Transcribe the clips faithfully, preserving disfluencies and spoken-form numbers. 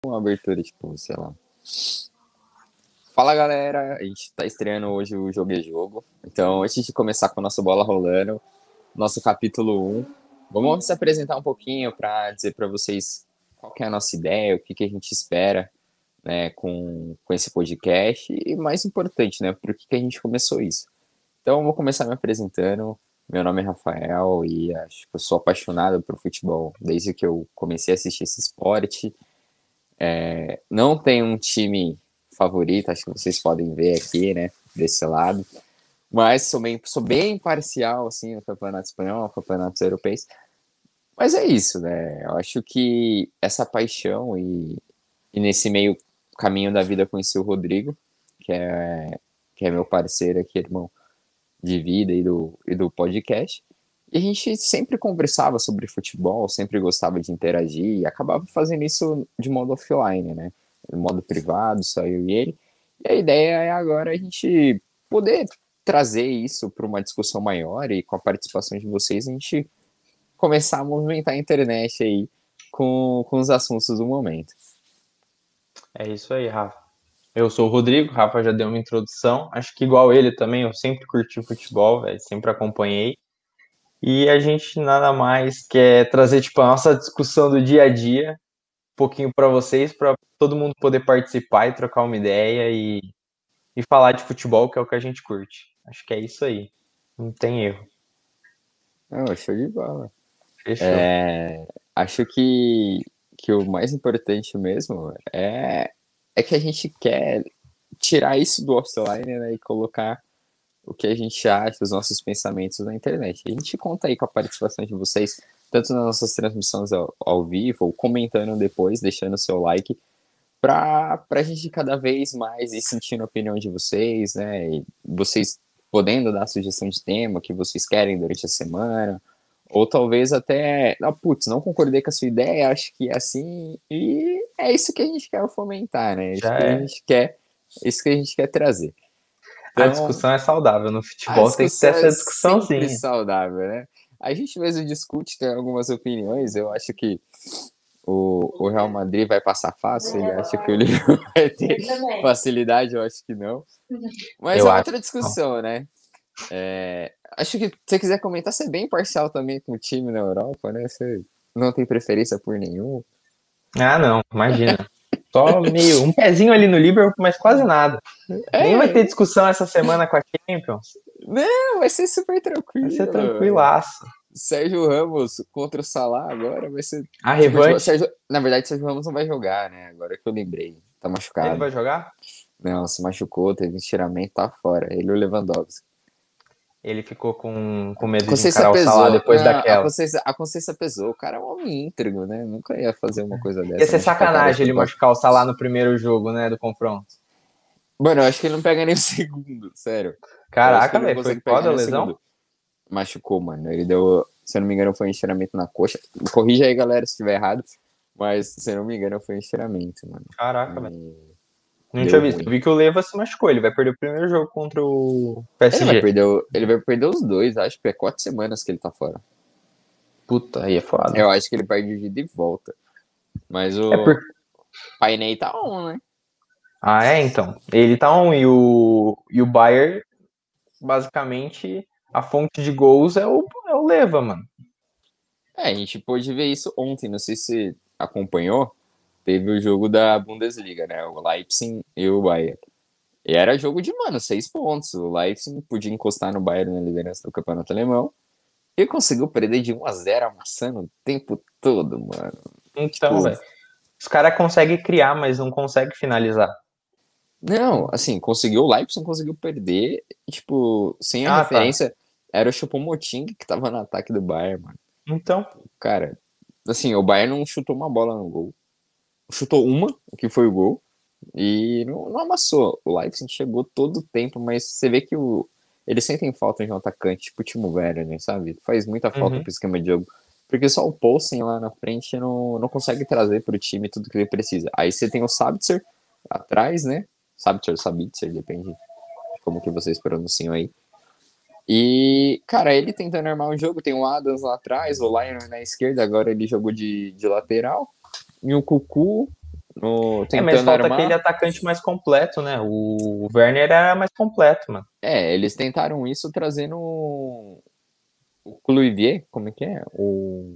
uma abertura, tipo, sei lá. Fala, galera, a gente tá estreando hoje o Jogo é Jogo. Então, antes de começar com a nossa bola rolando, nosso capítulo um, vamos se apresentar um pouquinho para dizer para vocês qual que é a nossa ideia, o que, que a gente espera, né, com, com esse podcast e, mais importante, né, por que, que a gente começou isso. Então, eu vou começar me apresentando. Meu nome é Rafael e acho que eu sou apaixonado por futebol desde que eu comecei a assistir esse esporte. É, não tenho um time favorito, acho que vocês podem ver aqui, né, desse lado. Mas sou bem, sou bem parcial, assim, no campeonato espanhol, no campeonatos europeus. Mas é isso, né? Eu acho que essa paixão e, e nesse meio caminho da vida conheci o Rodrigo, que é, que é meu parceiro aqui, irmão de vida e do, e do podcast. E a gente sempre conversava sobre futebol, sempre gostava de interagir e acabava fazendo isso de modo offline, né? De modo privado, só eu e ele. E a ideia é agora a gente poder trazer isso para uma discussão maior e com a participação de vocês a gente começar a movimentar a internet aí com, com os assuntos do momento. É isso aí, Rafa. Eu sou o Rodrigo, o Rafa já deu uma introdução. Acho que igual ele também, eu sempre curti futebol, velho, sempre acompanhei. E a gente nada mais quer trazer tipo a nossa discussão do dia a dia, um pouquinho para vocês, para todo mundo poder participar e trocar uma ideia e, e falar de futebol, que é o que a gente curte. Acho que é isso aí. Não tem erro. Oh, show de bola. Fechou. É, acho que, que o mais importante mesmo é, é que a gente quer tirar isso do offline, né, e colocar o que a gente acha, os nossos pensamentos na internet. A gente conta aí com a participação de vocês, tanto nas nossas transmissões ao, ao vivo, ou comentando depois, deixando o seu like, para a gente cada vez mais ir sentindo a opinião de vocês, né? E vocês podendo dar sugestão de tema que vocês querem durante a semana, ou talvez até, ah, putz, não concordei com a sua ideia, acho que é assim, e é isso que a gente quer fomentar, né? É isso Já que a é. gente quer, é isso que a gente quer trazer. A Então, discussão é saudável. No a futebol tem que ter discussão é essa discussão sempre sim. saudável, né? A gente mesmo discute, tem algumas opiniões, eu acho que o, o Real Madrid vai passar fácil, ele acha que o Liverpool vai ter facilidade, eu acho que não. Mas Eu é acho. outra discussão, né? É, acho que se você quiser comentar, você é bem parcial também com o time na Europa, né? Você não tem preferência por nenhum. Ah, não, imagina. Só meio, um pezinho ali no Liverpool, mas quase nada. Nem vai ter É, discussão essa semana com a Champions. não, vai ser super Vai ser tranquilo. tranquilaço. Sérgio Ramos contra o Salah agora vai ser A super de boa. revanche, Sérgio, na verdade, Sérgio Ramos não vai jogar, né? Agora que eu lembrei. Tá ele machucado. vai jogar? Não, se machucou, teve estiramento, tá fora. Ele e o Lewandowski. Ele ficou com, com A medo de consciência encarar o Salah pesou. depois Não, a daquela. consciência, a consciência pesou. O cara é um homem íntegro, né? Nunca ia fazer uma coisa Ia dessa, ser machucar o cara de sacanagem ele propósito. machucar o Salah no primeiro jogo, né, do confronto. Mano, eu acho que ele não pega nem o segundo, sério. Eu acho que Caraca, ele não velho, foi consegue pegar foda a nem o lesão? segundo. Machucou, mano. Ele deu, se eu não me engano, foi um estiramento na coxa. Corrija aí, galera, se estiver errado. Mas, se eu não me engano, foi um estiramento, mano. Caraca, velho. E Não deu tinha visto. Eu ruim. vi que o Leva se machucou. Ele vai perder o primeiro jogo contra o Ele vai P S G. perder, o- ele vai perder os dois, acho que é quatro semanas que ele tá fora. Puta, aí é foda. Eu acho que ele perde de ida e volta. Mas É por... o painel tá on, né? Ah, é, então. Ele tá um e o, e o Bayern, basicamente, a fonte de gols é o, é o Leva, mano. É, a gente pôde ver isso ontem, não sei se acompanhou. Teve o jogo da Bundesliga, né? O Leipzig e o Bayern. E era jogo de, mano, seis pontos. O Leipzig podia encostar no Bayern na liderança do campeonato alemão. E conseguiu perder de um a zero amassando o tempo todo, mano. Então, Tipo, velho. Os caras conseguem criar, mas não conseguem finalizar. não, assim, conseguiu, o Leipzig conseguiu perder, tipo, sem a Ah, tá. referência, era o Choupo-Moting que tava no ataque do Bayern, mano. Então, Cara, assim, o Bayern não chutou uma bola no gol. Chutou uma, que foi o gol, e não, não amassou. O Leipzig chegou todo o tempo, mas você vê que o, eles sentem falta de um atacante, tipo o Timo Werner, sabe? Faz muita falta uhum. pro esquema de jogo. Porque só o Poulsen lá na frente não, não consegue trazer pro time tudo que ele precisa. Aí você tem o Sabitzer atrás, né? Sabitzer, Sabitzer, depende de como que vocês pronunciam aí. E, cara, ele tentando armar o jogo, tem o Adams lá atrás, o Lionel na esquerda, agora ele jogou de, de lateral. E o Cucu, no, É, mas tentando falta aquele armar. atacante mais completo, né? O Werner era mais completo, mano. É, eles tentaram isso trazendo o o Kluivert, como é que é? O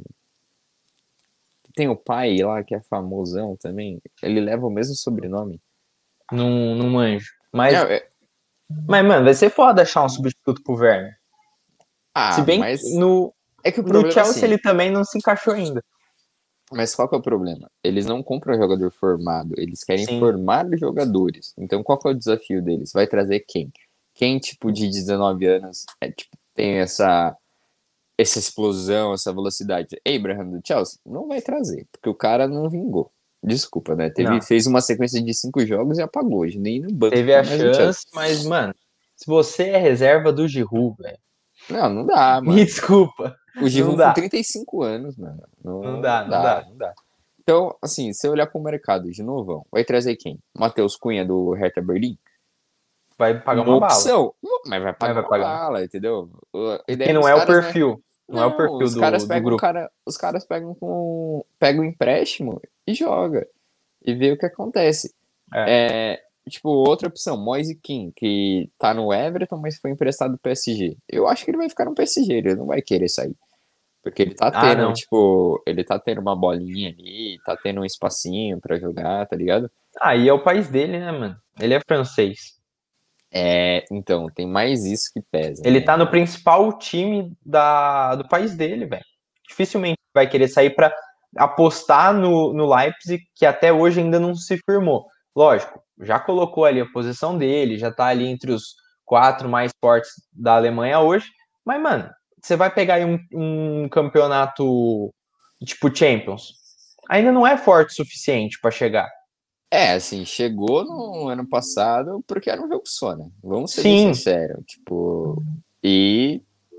tem o pai lá que é famosão também. Ele leva o mesmo sobrenome. Não, não manjo. Mas, Não, é- mas, mano, vai ser foda achar um substituto pro Werner. Se Ah, bem que mas no, é que o no problema é Chelsea assim. ele também não se encaixou ainda. Mas qual que é o problema? Eles não compram jogador formado, eles querem Sim. formar jogadores. Então qual que é o desafio deles? Vai trazer quem? Quem, tipo, de dezenove anos é, tipo, tem essa, essa explosão, essa velocidade? Abraham do Chelsea? Não vai trazer, porque o cara não vingou. Desculpa, né? Teve, Não. fez uma sequência de cinco jogos e apagou. Hoje nem no banco Teve tá a mais o Chelsea. chance, mas, mano, se você é reserva do Giroud, velho, Não, não dá, me mano. desculpa. O Não Giroud com dá. trinta e cinco anos, mano. Não Não, dá, não não dá, dá. não dá. Então, assim, se eu olhar pro mercado de novo, vai trazer quem? Matheus Cunha do Hertha Berlim? Vai pagar Uma uma bala. opção, mas vai Mas pagar vai uma pagar. bala, entendeu? A ideia Que não dos é o caras, né? perfil. Não é o Não, perfil os caras do, do pegam um grupo. cara, os caras pegam com, pegam um empréstimo e joga e vê o que acontece. É. É, tipo, outra opção, Moise Kean, que tá no Everton, mas foi emprestado do P S G. Eu acho que ele vai ficar no P S G, ele não vai querer sair. Porque ele tá Ah, tendo, não. tipo, ele tá tendo uma bolinha ali, tá tendo um espacinho pra jogar, tá ligado? Aí é o país dele, né, mano? Ele é francês. É, então, tem mais isso que pesa, Ele né? tá no principal time da, do país dele, velho. Dificilmente vai querer sair pra apostar no, no Leipzig, que até hoje ainda não se firmou. Lógico, já colocou ali a posição dele, já tá ali entre os quatro mais fortes da Alemanha hoje. Mas, mano, você vai pegar aí um, um campeonato tipo Champions. Ainda não é forte o suficiente pra chegar. É, assim, chegou no ano passado porque era um jogo só, né? Vamos ser bem Sim, sinceros, tipo, e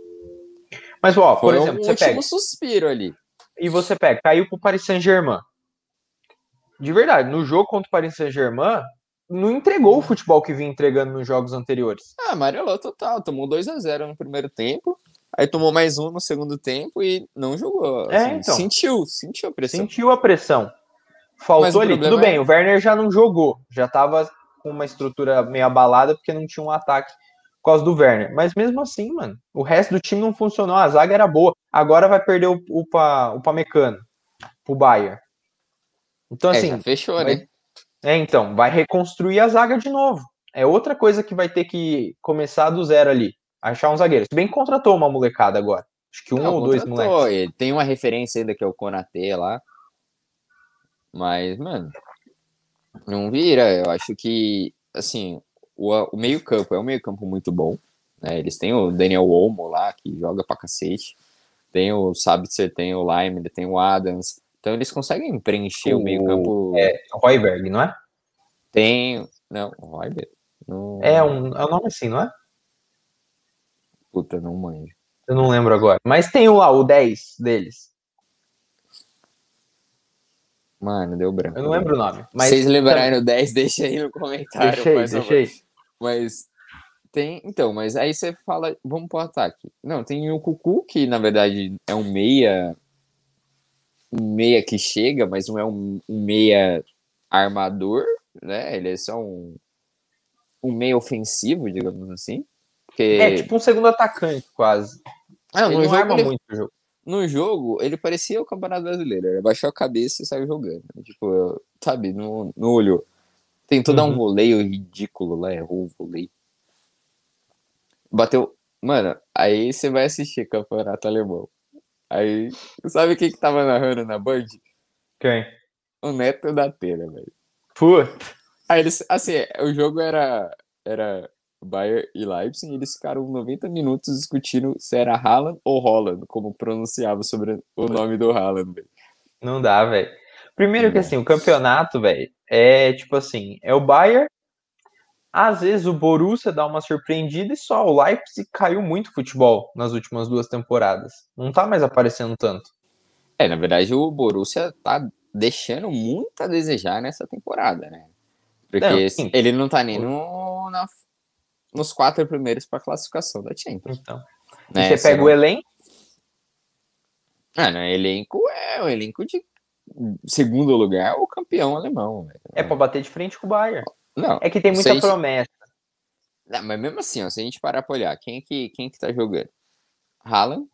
mas ó, por foi exemplo, um você último pega suspiro ali. e você pega, caiu pro Paris Saint-Germain. De verdade, no jogo contra o Paris Saint-Germain, não entregou o futebol que vinha entregando nos jogos anteriores. Ah, amarelou total, tomou dois a zero no primeiro tempo, aí tomou mais um no segundo tempo e não jogou, É, assim, então, sentiu, sentiu a pressão. sentiu a pressão. Mas Faltou o ali. Tudo problema bem, é, o Werner já não jogou, já tava com uma estrutura meio abalada porque não tinha um ataque por causa do Werner. Mas mesmo assim, mano, o resto do time não funcionou, a zaga era boa. Agora vai perder o, o, Pa- o Pamecano pro Bayern. Então, é, já assim, fechou, vai, né? é, então, vai reconstruir a zaga de novo. É outra coisa que vai ter que começar do zero ali. Achar um zagueiro. Se bem que contratou uma molecada agora. Acho que um Não, ou dois contratou. moleques. Ele tem uma referência ainda que é o Konaté lá. Mas, mano, não vira. Eu acho que, assim, o, o meio-campo é um meio-campo muito bom. Né? Eles têm o Daniel Olmo lá, que joga pra cacete. Tem o Sabitzer, tem o Lime, tem o Adams. Então eles conseguem preencher o O meio-campo. é, Royberg, não é? Tem. Não, Royber? É Não. um, é um nome assim, não é? Puta, não manjo. Eu não lembro agora. Mas tem o lá, o dez deles. Mano, deu Eu branco não agora. lembro o nome. Se vocês Mas tam, lembrarem o dez, deixa aí no comentário, deixei, faz favor. deixei. Mas tem, então, mas aí você fala, vamos pro ataque. Não, tem o Cucu, que na verdade é um meia, um meia que chega, mas não é um, um meia armador, né? Ele é só um, um meia ofensivo, digamos assim. É Porque, tipo um segundo atacante, quase. ah, Ele no não jogo arma ele, muito o jogo. no jogo ele parecia o Campeonato Brasileiro. Ele abaixou a cabeça e saiu jogando. Tipo, sabe, no, no olho. Tentou dar um Uhum. voleio ridículo lá, errou o voleio. Bateu. Mano, aí você vai assistir Campeonato Alemão. Aí, sabe quem que tava narrando na Band? Quem? O Neto da Pena, velho. Putz. Aí eles, assim, o jogo era, era Bayern e Leipzig, e eles ficaram noventa minutos discutindo se era Haaland ou Holland, como pronunciava sobre o nome do Haaland, velho. Não dá, velho. Primeiro que assim, o Nossa. campeonato, velho, é tipo assim, é o Bayern, às vezes o Borussia dá uma surpreendida e só o Leipzig caiu muito futebol nas últimas duas temporadas. Não tá mais aparecendo tanto. É, na verdade, o Borussia tá deixando muito a desejar nessa temporada, né? Não, Porque sim. ele não tá nem no, na, nos quatro primeiros pra classificação da Champions, Então. E né? você Você pega o não. elenco, Ah, não, elenco é o elenco de segundo lugar ou campeão alemão. Véio. É pra bater de frente com o Bayern. Não. É que tem muita gente... promessa. Não, mas mesmo assim, ó, se a gente parar pra olhar, quem é que, quem é que tá jogando? Haaland,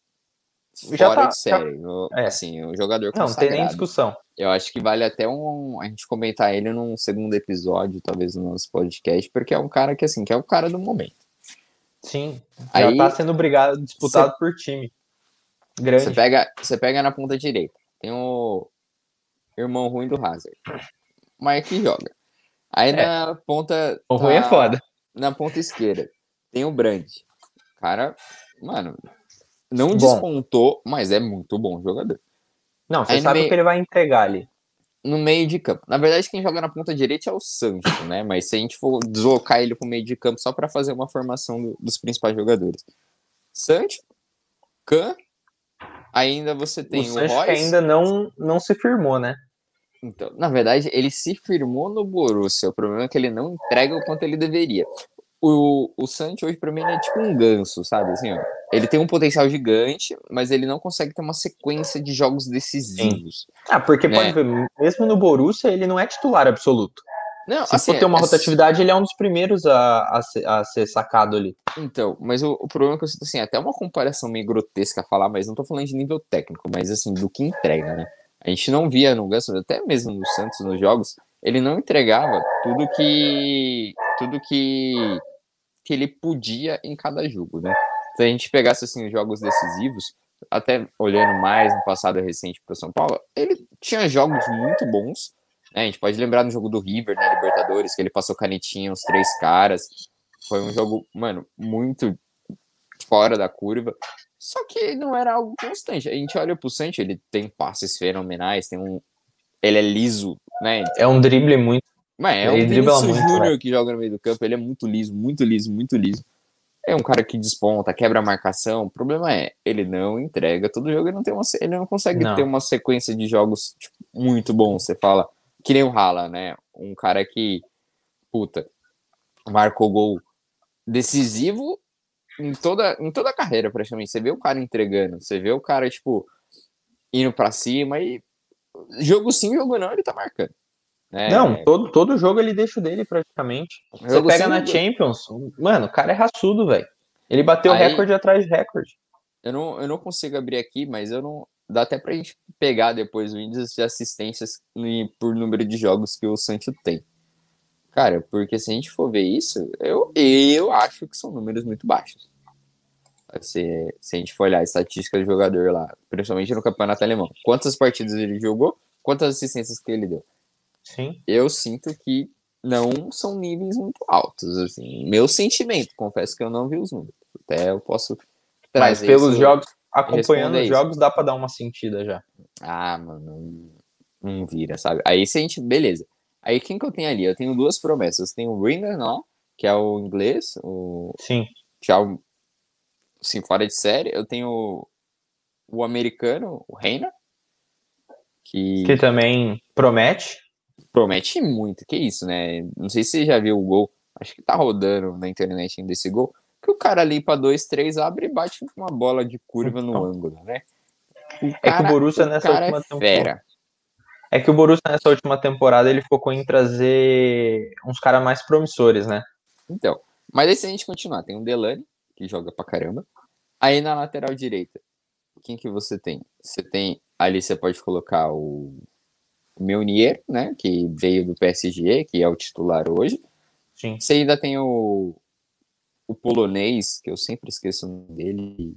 Já fora tá. de série. No, Já... É. assim, o jogador Não, não tem nem consagrado. discussão. Eu acho que vale até um, a gente comentar ele num segundo episódio, talvez no nosso podcast, porque é um cara que, assim, que é o cara do momento. Sim. Já Aí, tá sendo brigado, disputado cê, por time. Grande. Você pega, você pega na ponta direita. Tem o irmão ruim do Hazard. Mas que joga. Aí é. na ponta. O tá, ruim é foda. Na ponta esquerda. Tem o Brandt. Cara, mano, não bom. despontou, mas é muito bom jogador. Não, você sabe meio... o que ele vai entregar ali. No meio de campo. Na verdade, quem joga na ponta direita é o Sancho, né? Mas se a gente for deslocar ele pro meio de campo só para fazer uma formação do, dos principais jogadores. Sancho, Kahn, ainda você tem o, o Sancho Royce, que ainda não, não se firmou, né? Então, na verdade, ele se firmou no Borussia. O problema é que ele não entrega o quanto ele deveria. O, o Sancho hoje, pra mim, ele é tipo um ganso, sabe? Assim, ó, ele tem um potencial gigante, mas ele não consegue ter uma sequência de jogos decisivos. Sim. Ah, porque né? pode ver, mesmo no Borussia, ele não é titular absoluto. Não, Se assim, for ter uma é, rotatividade, ele é um dos primeiros a, a, ser, a ser sacado ali. Então, mas o, o problema é que eu sinto, assim, é até uma comparação meio grotesca a falar, mas não tô falando de nível técnico, mas assim, do que entrega, né? A gente não via no Ganso, até mesmo no Santos, nos jogos, ele não entregava tudo que tudo que, que ele podia em cada jogo, né? Se a gente pegasse, assim, os jogos decisivos, até olhando mais no passado recente pro São Paulo, ele tinha jogos muito bons, né? A gente pode lembrar no jogo do River, né, Libertadores, que ele passou canetinha, os três caras. Foi um jogo, mano, muito fora da curva. Só que não era algo constante. A gente olha pro Sancho, ele tem passes fenomenais, tem um... ele é liso, né? É um drible muito... Mas é ele um Vinícius muito, Júnior né? que joga no meio do campo, ele é muito liso, muito liso, muito liso. É um cara que desponta, quebra a marcação. O problema é, ele não entrega todo jogo, ele não, tem uma, ele não consegue não. ter uma sequência de jogos tipo, muito bom. Você fala, que nem o Haaland, né? Um cara que, puta, marcou gol decisivo em toda, em toda a carreira, praticamente. Você vê o cara entregando, você vê o cara, tipo, indo pra cima e jogo sim, jogo não, ele tá marcando. É... Não, todo, todo jogo ele deixa o dele praticamente. Você pega sim, na jogo... Champions, mano, o cara é raçudo, velho. Ele bateu Aí, recorde atrás de recorde. Eu não, eu não consigo abrir aqui, mas eu não. Dá até pra gente pegar depois o índice de assistências por número de jogos que o Sancho tem. Cara, porque se a gente for ver isso, eu, eu acho que são números muito baixos. Se, se a gente for olhar a estatística do jogador lá, principalmente no campeonato alemão, quantas partidas ele jogou, quantas assistências que ele deu. Sim. Eu sinto que não são níveis muito altos, assim. Meu sentimento, confesso que eu não vi os números. Até eu posso trazer Mas pelos isso, jogos, acompanhando os jogos, dá pra dar uma sentida já. Ah, mano, não, não vira, sabe? Aí se a gente, beleza. Aí quem que eu tenho ali? Eu tenho duas promessas. Tem o Ringer, não, que é o inglês, o Sim. que é o, assim, fora de série. Eu tenho o, o americano, o Reina, que que também promete. Promete muito, que isso, né? Não sei se você já viu o gol, acho que tá rodando na internet ainda esse gol, que o cara ali pra dois, três abre e bate uma bola de curva no então, ângulo, né? O cara, é que o Borussia o nessa cara última é temporada. fera. É que o Borussia nessa última temporada ele focou em trazer uns caras mais promissores, né? Então, mas aí se a gente continuar, tem o Delaney, que joga pra caramba. Aí na lateral direita, quem que você tem? Você tem, ali você pode colocar o, o Meunier, né, que veio do P S G, que é o titular hoje. Sim. Você ainda tem o, o polonês, que eu sempre esqueço o nome dele,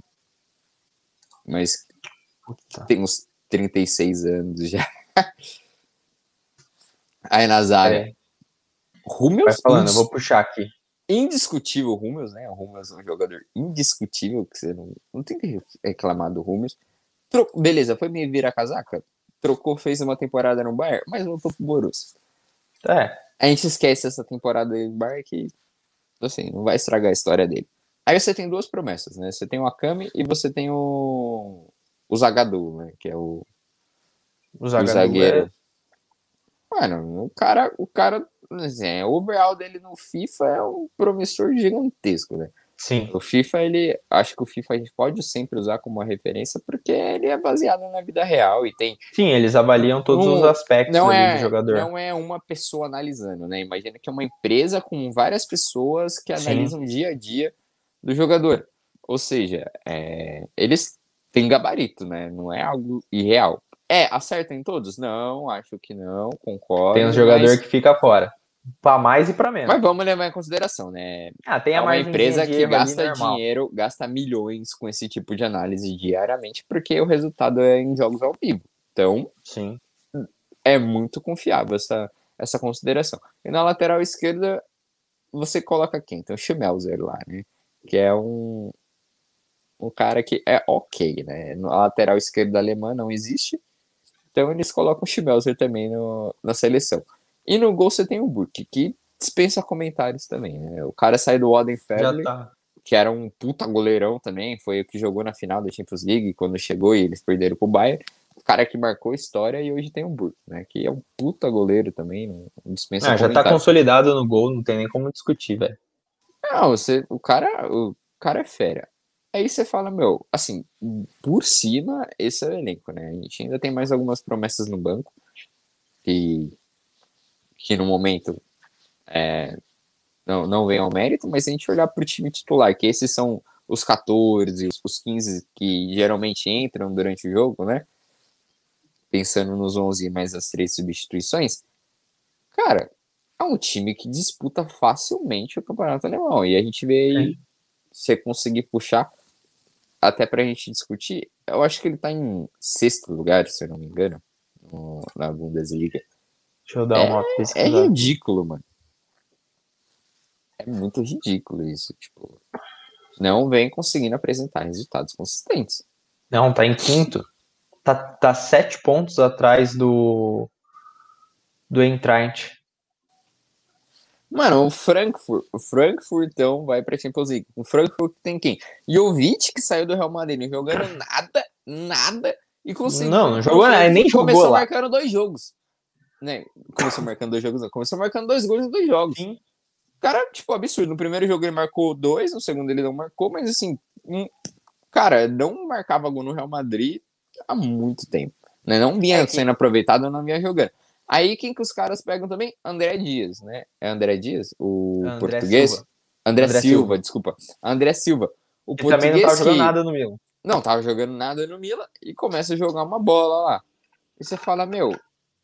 mas tem uns trinta e seis anos já. Aí na zaga, É. Rummels, vai falando, indis... eu vou puxar aqui. Indiscutível Rummels, né? O Rummels é um jogador indiscutível, que você não, não tem que reclamar do Rummels. Tro... Beleza, foi meio vira casaca, trocou, fez uma temporada no Bayern, mas voltou pro Borussia. É. A gente esquece essa temporada aí do Bayern que, assim, não vai estragar a história dele. Aí você tem duas promessas, né? Você tem o Akame e você tem o o Zagadou, né? Que é o, o, o zagueiro. É... Mano, o cara, o cara, assim, o overall dele no FIFA é um promissor gigantesco, né? Sim. O FIFA, ele, acho que o FIFA a gente pode sempre usar como uma referência porque ele é baseado na vida real e tem Sim, eles avaliam todos os um, aspectos não ali do é, jogador. não é uma pessoa analisando, né? Imagina que é uma empresa com várias pessoas que Sim. analisam o dia a dia do jogador. Ou seja, é, eles têm gabarito, né? Não é algo irreal. É, acerta em todos? Não, acho que não, Tem os concordo, jogador mas, que fica fora. Pra mais e pra mas menos. vamos levar em consideração, né? Ah, tem É a uma margenzinha empresa de que erro ali gasta normal. dinheiro, gasta milhões com esse tipo de análise diariamente, porque o resultado é em jogos ao vivo. Então, Sim. é muito confiável essa, essa consideração. E na lateral esquerda, você coloca quem? Então, o Schmelzer lá, né? Que é um, um cara que é ok, né? Na lateral esquerda alemã não existe, então eles colocam o Schmelzer também no, na seleção. E no gol você tem o Burke, que dispensa comentários também, né? O cara sai do Oden Já Family, tá. que era um puta goleirão também, foi o que jogou na final da Champions League, quando chegou e eles perderam pro Bayern. O cara que marcou a história e hoje tem o Burke, né? Que é um puta goleiro também, não dispensa Ah, já tá comentário. consolidado no gol, não tem nem como discutir, velho. Não, você, o cara, o cara é fera. Aí você fala, meu, assim, por cima, esse é o elenco, né? A gente ainda tem mais algumas promessas no banco, que, que no momento não, não vem ao mérito, mas se a gente olhar pro time titular, que esses são os quatorze, os, os quinze que geralmente entram durante o jogo, né? Pensando nos onze mais as três substituições, cara, é um time que disputa facilmente o campeonato alemão. E a gente vê aí, Sim. se conseguir puxar, até pra gente discutir, eu acho que ele tá em sexto lugar, se eu não me engano, no, na Bundesliga. Deixa eu dar É, uma é pesquisada aqui. ridículo, mano. É muito ridículo isso. Tipo, não vem conseguindo apresentar resultados consistentes. Não, tá em quinto. Tá, tá sete pontos atrás do, do Eintracht. Mano, o Frankfurt, o Frankfurt então vai pra Champions League. O Frankfurt tem quem? Jovic, que saiu do Real Madrid, jogando nada, nada, e Não, conseguiu. não O jogou, né? Frankfurt Nem jogou começou lá. marcando dois jogos. Né? Começou marcando dois jogos, não. Começou marcando dois gols em dois jogos. Sim. Cara, tipo, absurdo. No primeiro jogo ele marcou dois, no segundo ele não marcou, mas assim, um, cara, não marcava gol no Real Madrid há muito tempo. Né? Não É vinha que sendo aproveitado, não vinha jogando. Aí quem que os caras pegam também? André Dias, né? É André Dias, o André português? Silva. André André Silva, Silva. desculpa. André Silva. O Ele também não tava português jogando que nada no Milan. não tava jogando nada no Milan e começa a jogar uma bola lá. E você fala, meu,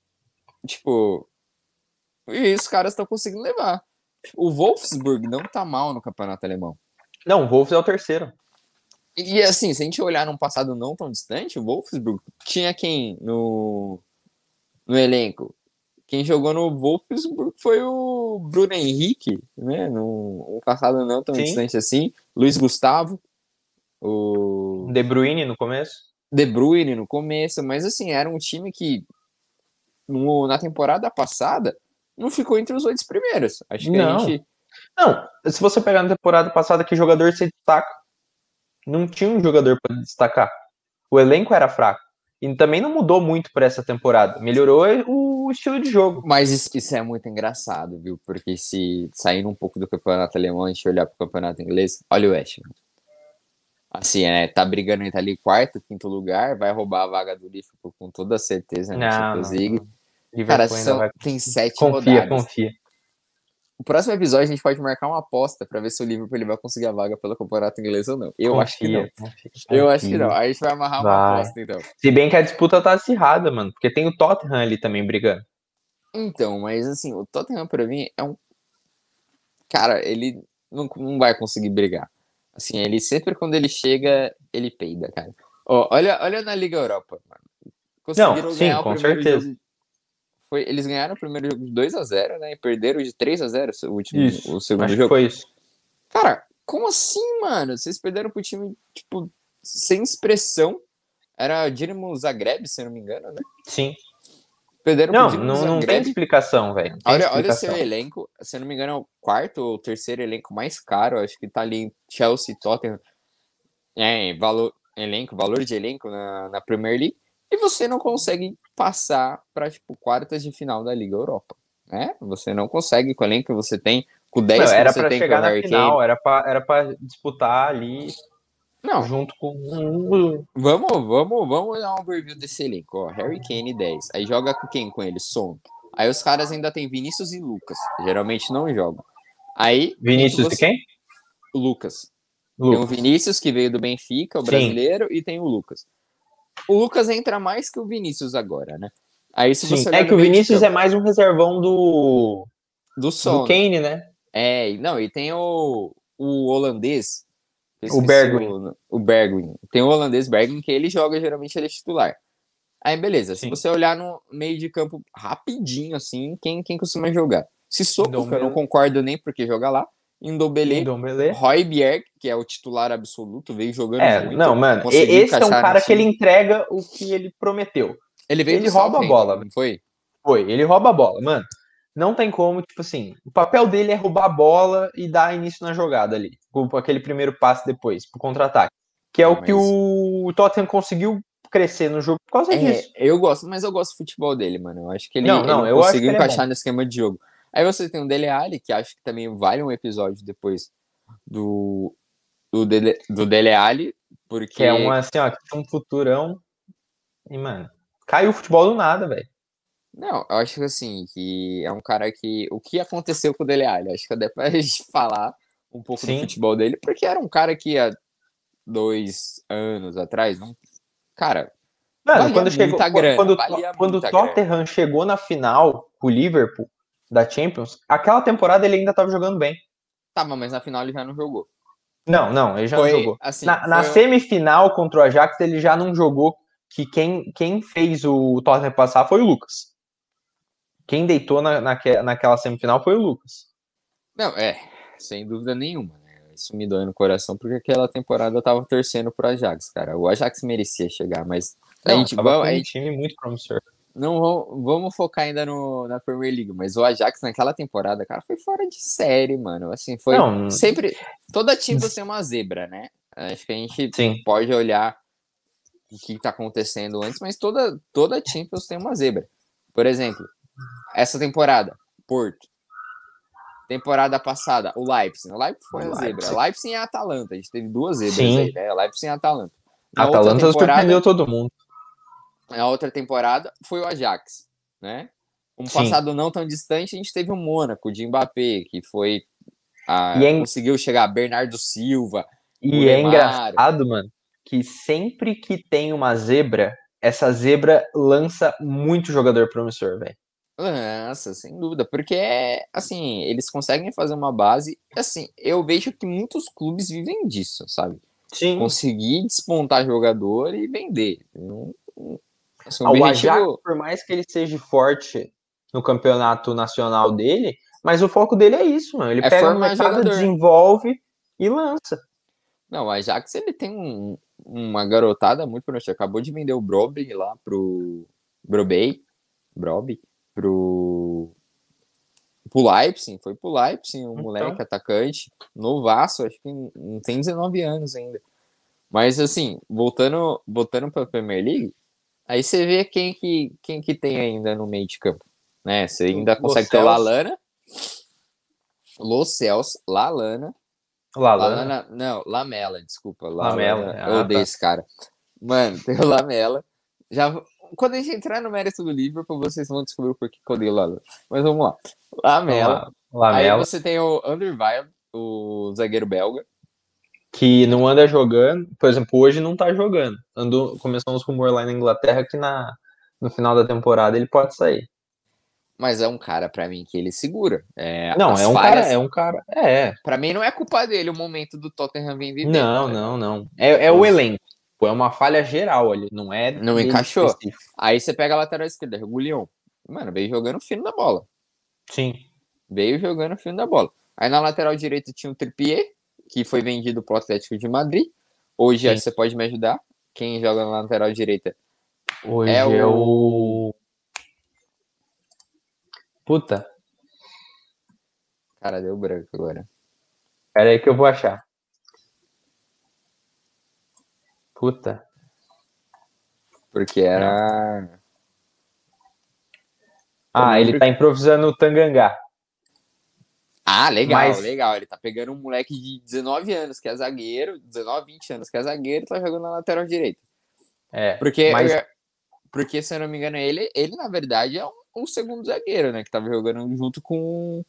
tipo, e os caras estão conseguindo levar. O Wolfsburg não tá mal no campeonato alemão. Não, o Wolves é o terceiro. E assim, se a gente olhar num passado não tão distante, o Wolfsburg tinha quem no, no elenco? Quem jogou no Wolfsburg foi o Bruno Henrique, né? No um passado não tão Sim. distante assim. Luiz Gustavo, o De Bruyne no começo. De Bruyne no começo, mas assim, era um time que no, na temporada passada não ficou entre os oito primeiros. Acho que a Não. gente. Não, se você pegar na temporada passada que jogador se destaca, não tinha um jogador para destacar. O elenco era fraco. E também não mudou muito para essa temporada. Melhorou o estilo de jogo. Mas isso, isso é muito engraçado, viu? Porque se saindo um pouco do campeonato alemão, a gente olhar para o campeonato inglês, olha o West Ham. Assim, né? Tá brigando entre ali quarto, quinto lugar, vai roubar a vaga do Liverpool com toda certeza na Não, Champions não, League. não. Cara, Liverpool ainda são, vai tem conseguir. sete Confia, rodadas. confia. O próximo episódio a gente pode marcar uma aposta para ver se o Liverpool ele vai conseguir a vaga pelo campeonato inglês ou não. Eu acho que não. Confia, confia, Eu acho que não. confia. Aí a gente vai amarrar uma Vai. aposta, então. Se bem que a disputa tá acirrada, mano. Porque tem o Tottenham ali também brigando. Então, mas assim, o Tottenham para mim é um. Cara, ele não, não vai conseguir brigar. Assim, ele sempre quando ele chega, ele peida, cara. Ó, olha, olha na Liga Europa, mano. Não, Conseguiram sim, ganhar o com primeiro certeza. jogo. Foi, eles ganharam o primeiro jogo de dois a zero, né? E perderam de três a zero o último, Isso. o segundo Acho que jogo. foi isso. Cara, como assim, mano? Vocês perderam pro time, tipo, sem expressão. Era Dinamo Zagreb, se eu não me engano, né? Sim. Perderam pro Não, Dinamo não, não tem Zagreb. explicação, velho. Não tem Olha, olha o seu explicação. elenco. Se eu não me engano, é o quarto ou terceiro elenco mais caro. Acho que tá ali em Chelsea, Tottenham. É, valor, elenco, valor de elenco na, na Premier League. E você não consegue passar para tipo, quartas de final da Liga Europa. Né? Você não consegue com o elenco que você tem. Com Meu, dez que era você pra tem que é o chegar na Harry Kane. final, era pra, era pra disputar ali Não, junto com um. vamos, vamos, vamos dar um overview desse elenco. Ó, Harry Kane, dez. Aí joga com quem com ele? Son. Aí os caras ainda tem Vinícius e Lucas. Geralmente não jogam. Aí, quem que Vinícius de você... quem? O Lucas. Tem o Lucas. Vinícius, que veio do Benfica, o Sim, brasileiro, e tem o Lucas. O Lucas entra mais que o Vinícius agora, né? Aí se sim. você É olhar que no o meio de Vinícius é campo, mais um reservão do, do do Son. Kane, né? É, não, e tem o, o holandês, eu O esqueci Bergwijn. o, o Bergwijn. Tem o holandês Bergwijn, que ele joga, geralmente ele é titular. Aí, beleza, se Sim. você olhar no meio de campo rapidinho, assim, quem, quem costuma jogar? Sissoko, que eu não Ndombele. concordo nem porque joga lá. Ndombele, Ndombele. Højbjerg, que é o titular absoluto, veio jogando É, muito, não, mano. e- conseguiu Esse é um encaixar no cara que ele time. entrega o que ele prometeu. Ele veio do Ele rouba a Southampton, bola, velho. não foi? Foi, ele rouba a bola, mano. Não tem como, tipo assim, o papel dele é roubar a bola e dar início na jogada ali, com aquele primeiro passe depois, pro contra-ataque. Que é Ah, o que mas o Tottenham conseguiu crescer no jogo por causa é, disso. eu gosto, mas eu gosto do futebol dele, mano. Eu acho que ele, Não, ele não, eu acho que conseguiu ele é bom. encaixar no esquema de jogo. Aí você tem o Dele Alli, que acho que também vale um episódio depois do, do, Dele, do Dele Alli, Que é um porque. assim, ó, que tem um futurão. E, mano, caiu o futebol do nada, velho. Não, eu acho que assim, que é um cara que. O que aconteceu com o Dele Alli? Acho que dá pra gente falar um pouco do Sim. futebol dele, porque era um cara que há dois anos atrás, não, cara, Mano, valia quando chegou, muita grana, quando, valia quando o muita grana. Tottenham chegou na final com o Liverpool da Champions, aquela temporada ele ainda tava jogando bem. Tava, mas na final ele já não jogou. Não, não, ele já não Foi jogou. assim, Na, na foi um. semifinal contra o Ajax, ele já não jogou. Que quem, quem fez o Tottenham passar foi o Lucas. Quem deitou na, naque- naquela semifinal foi o Lucas. Não, é, sem dúvida nenhuma, né? Isso me dói no coração, porque aquela temporada eu tava torcendo pro Ajax, cara. O Ajax merecia chegar, mas a Não, gente, tava vamos, com a um gente time muito promissor. não vamos, vamos focar ainda no, na Premier League, mas o Ajax naquela temporada, cara, foi fora de série, mano. Assim, foi Não, sempre. Toda Champions tem uma zebra, né? Acho que a gente sim. pode olhar o que tá acontecendo antes, mas toda, toda Champions tem uma zebra. Por exemplo, essa temporada, Porto. Temporada passada, o Leipzig. O Leipzig foi a zebra. Leipzig. Leipzig e a Atalanta. A gente teve duas zebras Sim. aí, né? Leipzig e a Atalanta. A Na outra Atalanta surpreendeu temporada, todo mundo. na outra temporada foi o Ajax, né? Um Sim. passado não tão distante, a gente teve o Mônaco de Mbappé, que foi E a, é, conseguiu chegar Bernardo Silva, o e é Lemar. engraçado, mano, que sempre que tem uma zebra, essa zebra lança muito jogador promissor, velho. Nossa, sem dúvida, porque é assim, eles conseguem fazer uma base, assim, eu vejo que muitos clubes vivem disso, sabe? Sim. Conseguir despontar jogador e vender. Não- Assim, o O Ajax, objetivo por mais que ele seja forte no campeonato nacional dele, mas o foco dele é isso, mano. Ele é pega a formar molecada, jogador. desenvolve e lança. Não, o Ajax ele tem um- uma garotada muito promissora. Acabou de vender o Broby lá pro Brobey, Broby, pro, pro Leipzig. Foi pro Leipzig, um Então, moleque atacante, novaço, acho que não tem dezenove anos ainda. Mas assim, voltando, voltando para a Premier League, aí você vê quem que, quem que tem ainda no meio de campo, né? Você ainda Lo consegue ter o Celso, Lalana, Lo Celso, Lalana, Lalana, Lalana, não, Lamela, desculpa, Lamela. Lalana, eu Ah, odeio tá. esse cara. Mano, tem o Lamela. Já, quando a gente entrar no mérito do Liverpool, vocês vão descobrir por que eu odeio o Lalana. Mas vamos lá. Vamos Lamela. lá. Aí Lamela, você tem o Underweildt, o zagueiro belga. que não anda jogando, por exemplo, hoje não tá jogando. Andou, começou uns rumores lá na Inglaterra que na, no final da temporada ele pode sair. Mas é um cara, pra mim, que ele segura. É, Não, é as um cara, é falhas, um cara. É. pra mim, não é culpa dele o momento do Tottenham vem vivendo, Não, tá não, ligado? não. É, é o Os, elenco. Pô, é uma falha geral ali, não é não dele encaixou. específico. Aí você pega a lateral esquerda, Regulion. Mano, veio jogando fino da bola. Sim, Veio jogando fino da bola. Aí na lateral direita tinha o Trippier, que foi vendido pro Atlético de Madrid. Hoje, acho sim. que você pode me ajudar. Quem joga na lateral direita é Hoje é o. o. Puta, Cara, deu branco agora. pera aí que eu vou achar. Puta, Porque não. era. Eu Ah, ele lembro. tá improvisando o Tangangá. Ah, legal, Mas legal. Ele tá pegando um moleque de dezenove anos que é zagueiro, dezenove, vinte anos que é zagueiro, e tá jogando na lateral direita. é, Porque, mas porque se eu não me engano, ele, ele na verdade é um, um segundo zagueiro, né? Que tava jogando junto com,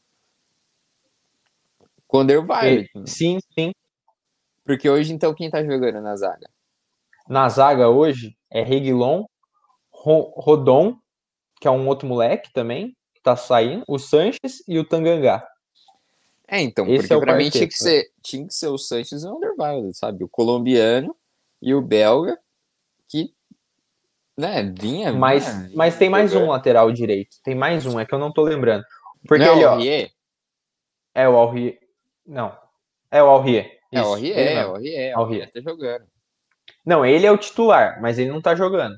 com o e- Underviolet. sim, sim. Porque hoje, então, quem tá jogando na zaga? Na zaga hoje é Reguilon, Ro- Rodon, que é um outro moleque também, que tá saindo, o Sanches e o Tangangá. É, então, Esse porque é o pra mim tinha que quarteto, velho. ser, tinha que ser o Sanches e o Underviolet, sabe? O colombiano e o belga, que, né, vinha, Mas, vinha, mas vinha tem mais um jogando. lateral direito. Tem mais um, é que eu não tô lembrando. Não Porque é o ele, ó, Aurier? é o Aurier. Não. É o Aurier. É o Isso, Aurier, ele é o mesmo. Aurier, o Aurier Aurier. tá jogando. Não, ele é o titular, mas ele não tá jogando.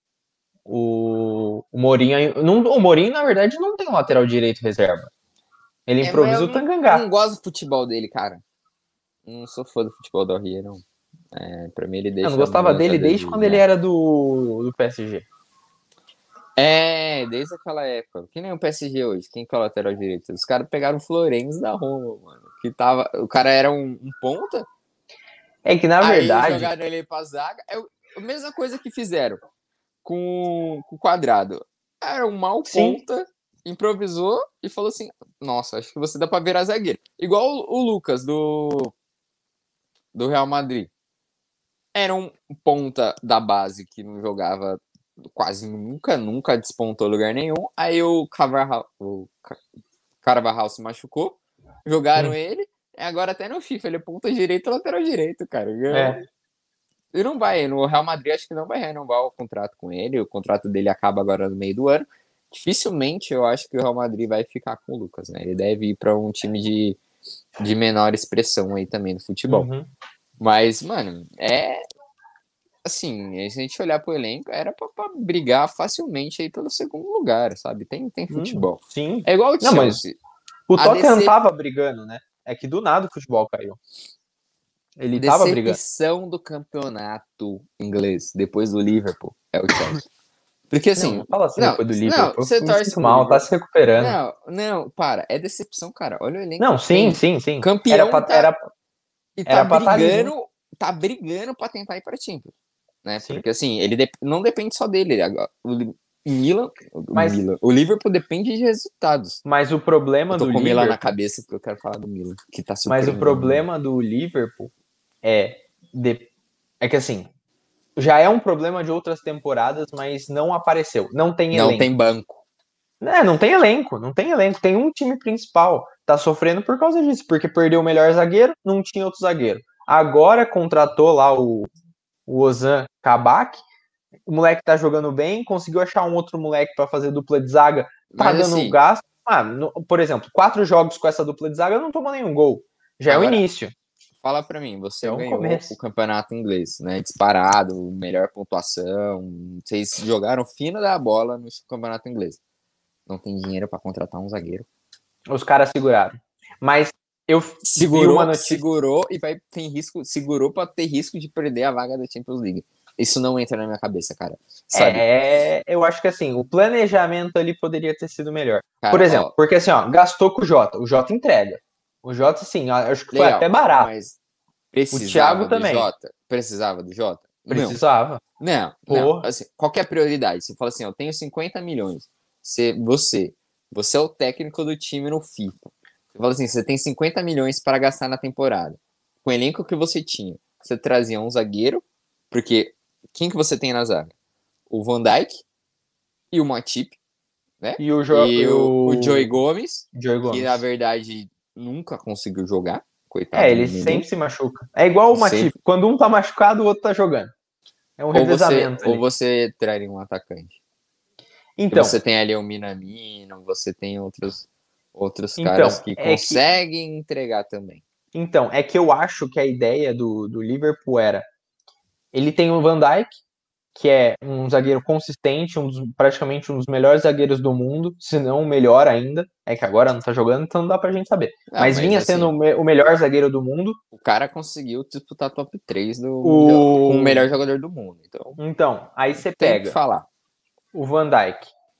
O, o Mourinho, não, o Mourinho, na verdade, não tem um lateral direito reserva. Ele É, mas improvisa eu o não, Tangangá. não gosto do futebol dele, cara. Não sou fã do futebol do Aurier, não. É, pra mim ele Eu não deixa gostava muito a dele desde quando ele desejar. era do, do P S G. É, desde aquela época. Que nem o P S G hoje. Quem que é o lateral direito? Os caras pegaram o Florenzi da Roma, mano. Que tava, o cara era um, um ponta, É que, na aí verdade, jogaram ele pra zaga. É a mesma coisa que fizeram com, com o Quadrado. Era um mau sim, ponta, improvisou e falou assim: Nossa, acho que você dá pra virar zagueiro. Igual o, o Lucas do, do Real Madrid. Era um ponta da base que não jogava quase nunca, nunca despontou lugar nenhum. Aí o Carvajal, o Carvajal se machucou, jogaram hum, ele. E agora até no FIFA ele é ponta direito e lateral direito, cara. é. E não vai, no Real Madrid acho que não vai renovar o contrato com ele. O contrato dele acaba agora no meio do ano. Dificilmente eu acho que o Real Madrid vai ficar com o Lucas, né? Ele deve ir para um time de, de menor expressão aí também no futebol. Uhum. Mas, mano, é assim, se a gente olhar pro elenco, era pra, pra brigar facilmente aí pelo segundo lugar, sabe? Tem, tem Hum, futebol. sim. É igual o Não, mas Chelsea. o A Tottenham decep... tava brigando, né? É que do nada o futebol caiu. Ele tava brigando. decepção do campeonato inglês depois do Liverpool é o Chelsea. Porque Não, assim, não fala assim não, depois do não, Liverpool. você Eu me torce sinto pro mal, tá Liverpool. se recuperando. Não, não, para, é decepção, cara. Olha o elenco Não, que sim, tem. sim, sim. Era Campeão e pra, tá, era, e tá era pra estar ali brigando, junto. tá brigando pra tentar ir pra Champions, né? Sim. Porque assim, ele de... não depende só dele. Agora, o Milan, o Mas, Milan, o Liverpool depende de resultados. mas o Eu problema tô do com o Milan na Liverpool, cabeça porque eu quero falar do Milan, que tá mas o surpreendendo muito. problema do Liverpool é, de, é que assim, já é um problema de outras temporadas, mas não apareceu. Não tem Não tem elenco. banco. É, não tem elenco, não tem elenco. Tem um time principal. Tá sofrendo por causa disso, porque perdeu o melhor zagueiro, não tinha outro zagueiro. Agora contratou lá o, o Ozan Kabak. O moleque tá jogando bem, conseguiu achar um outro moleque para fazer dupla de zaga, tá Mas dando assim, gasto. Ah, no, por exemplo, quatro jogos com essa dupla de zaga não tomou nenhum gol. Já é o agora início. fala pra mim, você É um ganhou o começo. campeonato inglês, né? Disparado, melhor pontuação. Vocês jogaram fino da bola no campeonato inglês. Não tem dinheiro pra contratar um zagueiro. Os caras seguraram. Mas eu vi uma Segurou, notícia. segurou e vai ter risco, segurou para ter risco de perder a vaga da Champions League. Isso não entra na minha cabeça, cara. Sabe? É, eu acho que assim, o planejamento ali poderia ter sido melhor. Por Cara, exemplo, ó, porque assim, ó, gastou com o Jota. O Jota entrega. O Jota, assim, acho que foi até legal, barato. mas O Thiago precisava do também. Jota? Precisava do Jota? Não. Precisava. Não, não. Pô, Assim, qual que é a prioridade? Você fala assim, eu tenho cinquenta milhões. Você, você, você é o técnico do time no FIFA. Você fala assim, você tem cinquenta milhões para gastar na temporada. Com o elenco que você tinha, você trazia um zagueiro, porque quem que você tem na zaga? O Van Dijk e o Matip, né? e o, jo, E e o, o Joey o Gomes, Joey que na Gomes. verdade nunca conseguiu jogar, É, coitado do ele menino. sempre se machuca. É igual o Matip. Sempre. Quando um tá machucado, o outro tá jogando. É um Ou você, revezamento ou ali. você traria um atacante. E Então, você tem ali o Minamino, você tem outros, outros caras então, que é que, conseguem entregar também. então, é que eu acho que a ideia do, do Liverpool era. Ele tem o Van Dijk, que é um zagueiro consistente, um dos, praticamente um dos melhores zagueiros do mundo, se não o melhor ainda. É que agora não tá jogando, então não dá pra gente saber. Ah, Mas mas vinha sendo assim, o, me, o melhor zagueiro do mundo. o cara conseguiu disputar top três do mundial, com o O... melhor jogador do mundo. Então, Então, aí você tem que pega falar. o Van Dijk.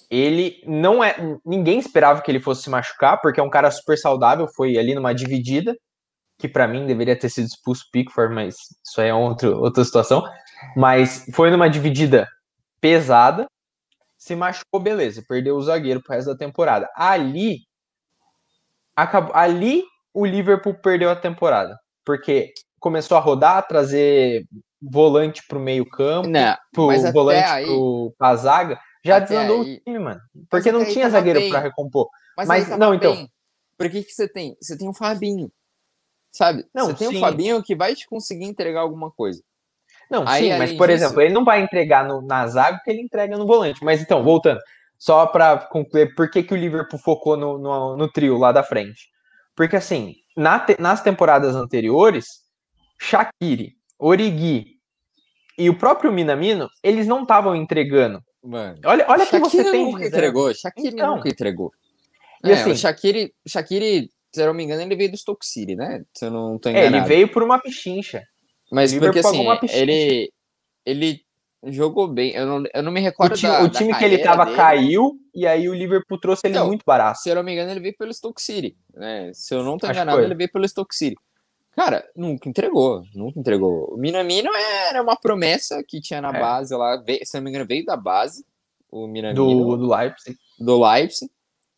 Ele não é. Ninguém esperava que ele fosse se machucar, porque é um cara super saudável. Foi ali numa dividida, que para mim deveria ter sido expulso o Pickford, mas isso aí é outro, outra situação. Mas foi numa dividida pesada, se machucou, beleza, perdeu o zagueiro pro resto da temporada. Ali, acabou, ali o Liverpool perdeu a temporada, porque começou a rodar, trazer volante pro meio campo, Não, mas pro até volante aí, pro, pra zaga, já até desandou aí, o time, mano. mas Porque até não aí tinha tava zagueiro para bem. recompor. Mas aí Mas, tava não, então. bem. Por que que você tem? Você tem um Fabinho, sabe? Você Não, tem um sim. Fabinho que vai te conseguir entregar alguma coisa. Não, Aí, sim, mas, além por disso, exemplo, ele não vai entregar no, na zaga o que ele entrega no volante. Mas então, voltando, só para concluir, por que, que o Liverpool focou no, no, no trio lá da frente? Porque, assim, na te, nas temporadas anteriores, Shaqiri, Origi e o próprio Minamino, eles não estavam entregando. mano, Olha, olha que você Shaqiri tem de nunca reserva. entregou. Shaqiri Então, nunca entregou. e É, o assim, Shaqiri, Shaqiri, se eu não me engano, ele veio do Stoke City, né? Se eu não tô é, ele enganado. veio por uma pichincha. O Mas porque, Liverpool pagou uma assim, pichincha. ele, ele jogou bem. Eu não, eu não me O recordo time, da, o da time que ele carreira tava dele. caiu, e aí o Liverpool trouxe ele Então, muito barato. se eu não me engano, ele veio pelo Stoke City, né? Se eu não tô Acho que enganado, foi. ele veio pelo Stoke City. Cara, nunca entregou, nunca entregou. O Minamino era uma promessa que tinha na É, base lá, veio, se não me engano, veio da base, o do, Minamino, do Leipzig. do Leipzig,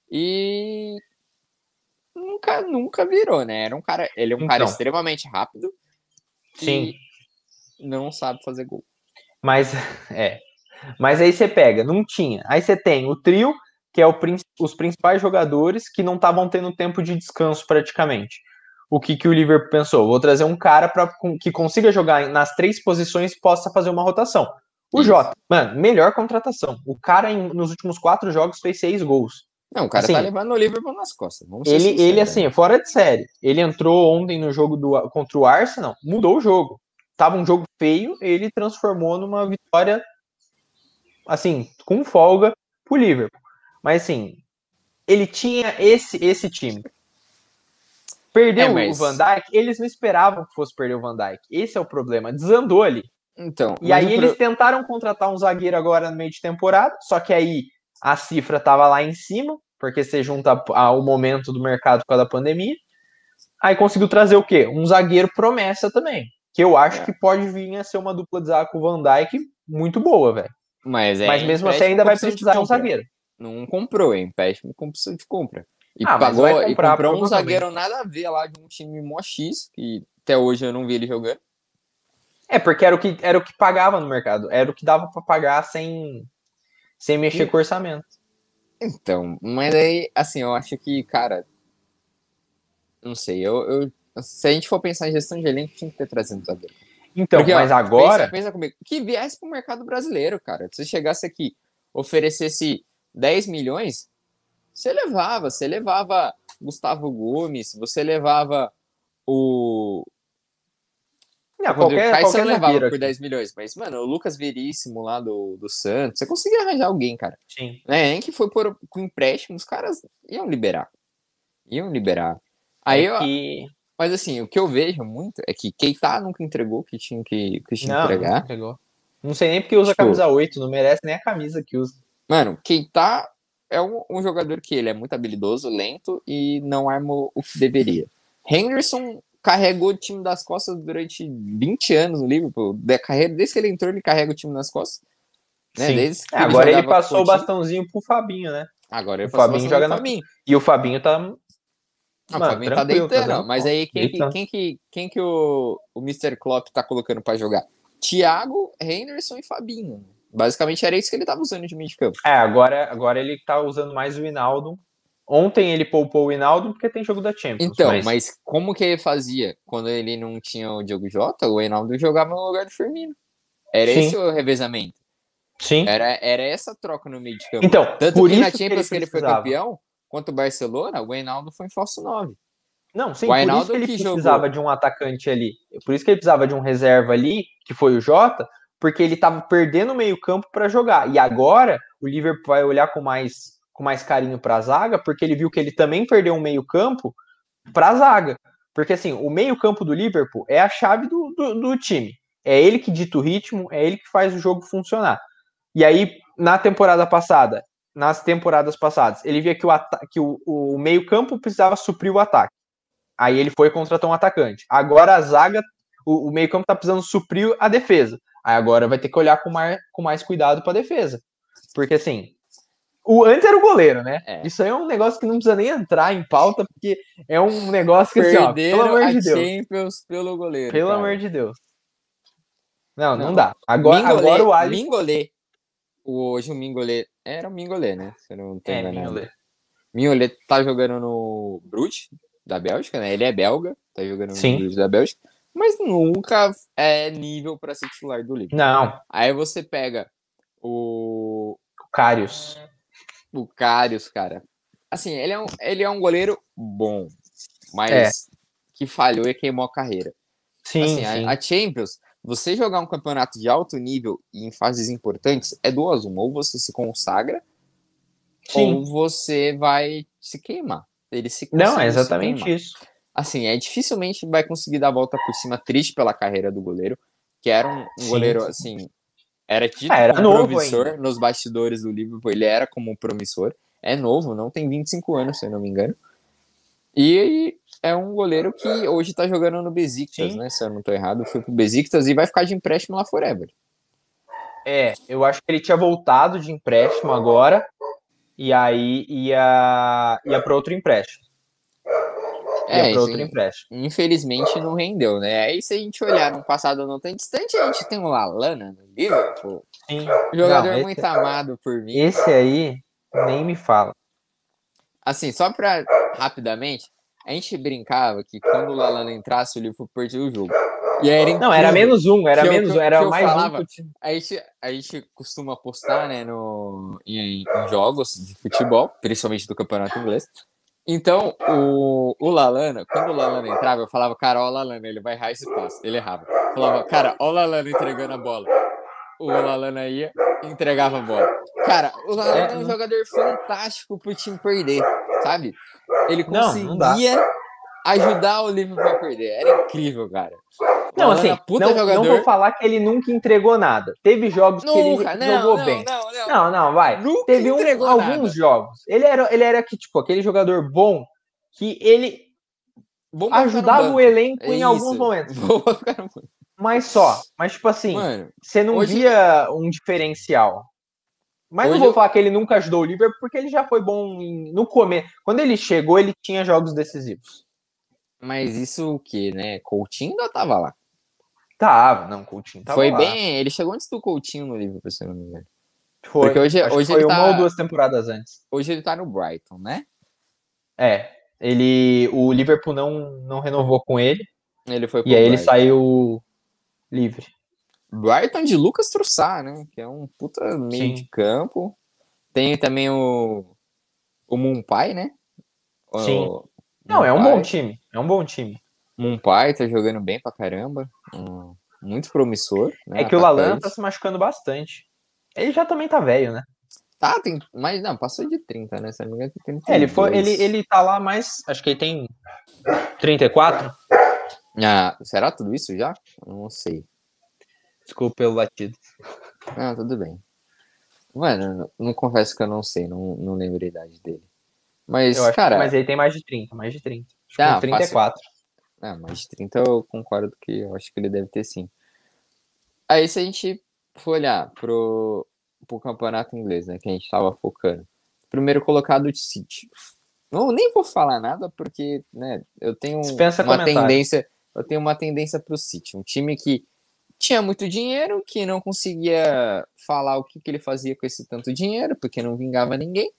e nunca, nunca virou, né? Era um cara, ele é um cara Então, extremamente rápido sim, e não sabe fazer gol. mas é. Mas aí você pega, não tinha. Aí você tem o trio, que é o, os principais jogadores que não estavam tendo tempo de descanso praticamente. O que, que o Liverpool pensou? Vou trazer um cara para que consiga jogar nas três posições e possa fazer uma rotação. O Isso. Jota, mano, melhor contratação. O cara em, nos últimos quatro jogos fez seis gols. Não, o cara tá Assim, levando o Liverpool nas costas, vamos ser ele, ele sinceros, assim, né? fora de série. Ele entrou ontem no jogo do, contra o Arsenal, mudou o jogo. Tava um jogo feio, ele transformou numa vitória assim, com folga pro Liverpool. Mas assim, ele tinha esse esse time. É, Perdeu o Van mas. Dijk, eles não esperavam que fosse perder o Van Dijk. Esse é o problema, desandou ali. Então, E mas o aí eles pro... tentaram contratar um zagueiro agora no meio de temporada, só que aí a cifra tava lá em cima, porque você junta ao momento do mercado por causa da pandemia. Aí conseguiu trazer o quê? Um zagueiro promessa também, que eu acho é, que pode vir a ser uma dupla de zaga com o Van Dijk muito boa, velho. mas é Mas mesmo assim empréstimo ainda com vai opção de precisar de um compra. zagueiro. Não comprou, é empréstimo com opção de compra. E Ah, mas vai pagou e comprar, comprou um provavelmente. zagueiro nada a ver lá de um time mó X, que até hoje eu não vi ele jogando. É, porque era o que, era o que pagava no mercado. Era o que dava para pagar sem, sem mexer Que... com o orçamento. Então, mas aí, assim, eu acho que, cara, não sei, eu, eu, se a gente for pensar em gestão de elenco, tinha que ter trazido zagueiro. Então, Porque, ó, mas pensa, agora. pensa comigo, que viesse pro mercado brasileiro, cara. Se você chegasse aqui, oferecesse dez milhões, você levava, você levava Gustavo Gomes, você levava o, o Não, Rodrigo qualquer, Caio, você qualquer não levava zagueiro por aqui. dez milhões, mas, mano, o Lucas Veríssimo lá do, do Santos, você conseguia arranjar alguém, cara. Sim. Né? Nem que foi por, com empréstimo, os caras iam liberar. Iam liberar. É Aí, eu, que. mas assim, o que eu vejo muito é que Keita nunca entregou o que tinha que, que tinha que Não, nunca entregar. entregou. Não sei nem porque usa a Tipo, camisa oito, não merece nem a camisa que usa. mano, Keita é um, um jogador que ele é muito habilidoso, lento e não arma o que deveria. Henderson carregou o time das costas durante vinte anos no Liverpool. Da carreira, desde que ele entrou, ele carrega o time nas costas. Né? Sim. Desde É, que ele agora ele jogava com o passou o Coutinho. bastãozinho pro Fabinho, né? Agora O ele passou Fabinho bastante pro joga na. Fabinho. E o Fabinho tá. Ah, o Mano, Fabinho tá tranquilo, tá deitando. dando Mas conta. aí quem que, Deitando. quem que, quem que o, o mister Klopp tá colocando pra jogar? Thiago, Henderson e Fabinho. Basicamente era isso que ele tava usando de meio de campo. É, agora, agora ele tá usando mais o Hinaldo. Ontem ele poupou o Hinaldo porque tem jogo da Champions, Então, mas mas como que ele fazia quando ele não tinha o Diogo Jota? O Reinaldo jogava no lugar do Firmino. Era sim, esse o revezamento. sim. Era, era essa troca no meio de campo. Então, Tanto por que na isso que ele Champions que ele foi precisava. campeão, quanto o Barcelona, o Reinaldo foi em falso nove. Não, O sim, por isso que Reinaldo ele que jogou. precisava de um atacante ali. Por isso que ele precisava de um reserva ali, que foi o Jota, porque ele estava perdendo o meio-campo para jogar. E agora o Liverpool vai olhar com mais, com mais carinho para a zaga, porque ele viu que ele também perdeu um meio-campo para a zaga. Porque assim, o meio-campo do Liverpool é a chave do, do, do time. É ele que dita o ritmo, é ele que faz o jogo funcionar. E aí, na temporada passada, nas temporadas passadas? Ele via que o, que o, o meio-campo precisava suprir o ataque. Aí ele foi e contratou um atacante. Agora a zaga, o, o meio-campo tá precisando suprir a defesa. Aí agora vai ter que olhar com mais, com mais cuidado pra defesa. Porque assim, o, antes era o goleiro, né? É. Isso aí é um negócio que não precisa nem entrar em pauta, porque é um negócio que assim, ó, pelo amor de Deus. Champions pelo goleiro, Pelo cara. amor de Deus. Não, não, Não dá. Agora, Mingolé, agora o Alisson... Mingolé. Hoje o Mingolé... Era o Mingolé, né? Se eu não tô É, enganado. Mingolé. Mingolé tá jogando no Bruges, da Bélgica, né? Ele é belga, tá jogando Sim. no Bruges da Bélgica, mas nunca é nível pra ser titular do Liverpool. Não. Aí você pega o... O Karius. O Karius, cara. Assim, ele é um, ele é um goleiro bom, mas É. que falhou e queimou a carreira. Sim, assim, sim. A, a Champions, você jogar um campeonato de alto nível e em fases importantes, é duas uma. Ou você se consagra, sim. ou você vai se queimar. Ele se Não, é exatamente isso. Assim, é dificilmente vai conseguir dar a volta por cima, triste pela carreira do goleiro, que era um, um goleiro, assim, era tido ah, era como novo promissor ainda. nos bastidores do Liverpool, ele era como promissor. É novo, não tem vinte e cinco anos, se eu não me engano. E é um goleiro que hoje tá jogando no Besiktas, Sim. né? Se eu não tô errado, foi pro Besiktas e vai ficar de empréstimo lá forever. É, eu acho que ele tinha voltado de empréstimo agora e aí ia, ia para outro empréstimo. Ia É, para outro empréstimo. Infelizmente não rendeu, né? Aí se a gente olhar num passado não tão distante, a gente tem o Lallana no Liverpool. Sim. Jogador não, esse, muito amado por mim. Esse aí, nem me fala. Assim, só pra, rapidamente, a gente brincava que quando o Lallana entrasse, o Liverpool perdia o jogo. E era incrível, não, era menos um, era menos eu, um, era mais falava, um. A gente, a gente costuma apostar, né, no, em, em jogos de futebol, principalmente do campeonato inglês. Então, o, o Lallana, quando o Lallana entrava, eu falava, cara, ó o Lallana, ele vai errar esse passo. Ele errava. Eu falava, cara, ó o Lallana entregando a bola. O Lallana ia e entregava a bola. Cara, o Lallana é, é um jogador fantástico pro time perder, sabe? Ele conseguia não, não ajudar o Liverpool a perder. Era incrível, cara. Não, Lallana, assim, puta não, jogador. Não vou falar que ele nunca entregou nada. Teve jogos nunca, que ele não, jogou não, bem. Não, não, não, não, vai. Nunca Teve um, alguns nada. jogos. Ele era, ele era que, tipo, aquele jogador bom que ele bom ajudava o elenco é em isso. alguns momentos. Bom ficar no banco. Mas só. Mas, tipo assim, Mano, você não hoje... via um diferencial. Mas hoje não vou eu... falar que ele nunca ajudou o Liverpool, porque ele já foi bom em... no começo. Quando ele chegou, ele tinha jogos decisivos. Mas isso o que, né? Coutinho ainda tava lá. Tava, não, Coutinho tava foi lá. Foi bem, ele chegou antes do Coutinho no Liverpool, se eu não me engano. Foi, porque hoje, acho hoje que foi ele uma tá... ou duas temporadas antes. Hoje ele tá no Brighton, né? É, ele, o Liverpool não, não renovou com ele. Ele foi pro E aí Brighton. ele saiu livre. Brighton de Lucas Trussard, né? Que é um puta meio Sim. de campo. Tem também o o Mumpai, né? Sim. O, não, Mumpai. É um bom time. É um bom time. Mumpai tá jogando bem pra caramba. Um, muito promissor. Né? É que o Lallana tá se machucando bastante. Ele já também tá velho, né? Tá, tem. Mas não, passou de trinta, né? Se não me engano, tem trinta e dois. É, ele, foi, ele, ele tá lá mais. Acho que ele tem trinta e quatro. Ah, será tudo isso já? Não sei. Desculpa pelo latido. Ah, tudo bem. Mano, não, não confesso que eu não sei, não, não lembro a idade dele. Mas, eu acho cara. Que, mas ele tem mais de trinta, mais de trinta. Acho que ah, com trinta e quatro. Ah, mais de trinta eu concordo que eu acho que ele deve ter sim. Aí se a gente for olhar pro, pro campeonato inglês, né, que a gente tava focando. Primeiro colocado o City. Não, nem vou falar nada porque, né, eu tenho Dispensa uma comentário. tendência, eu tenho uma tendência pro City, um time que tinha muito dinheiro, que não conseguia falar o que, que ele fazia com esse tanto dinheiro, porque não vingava ninguém.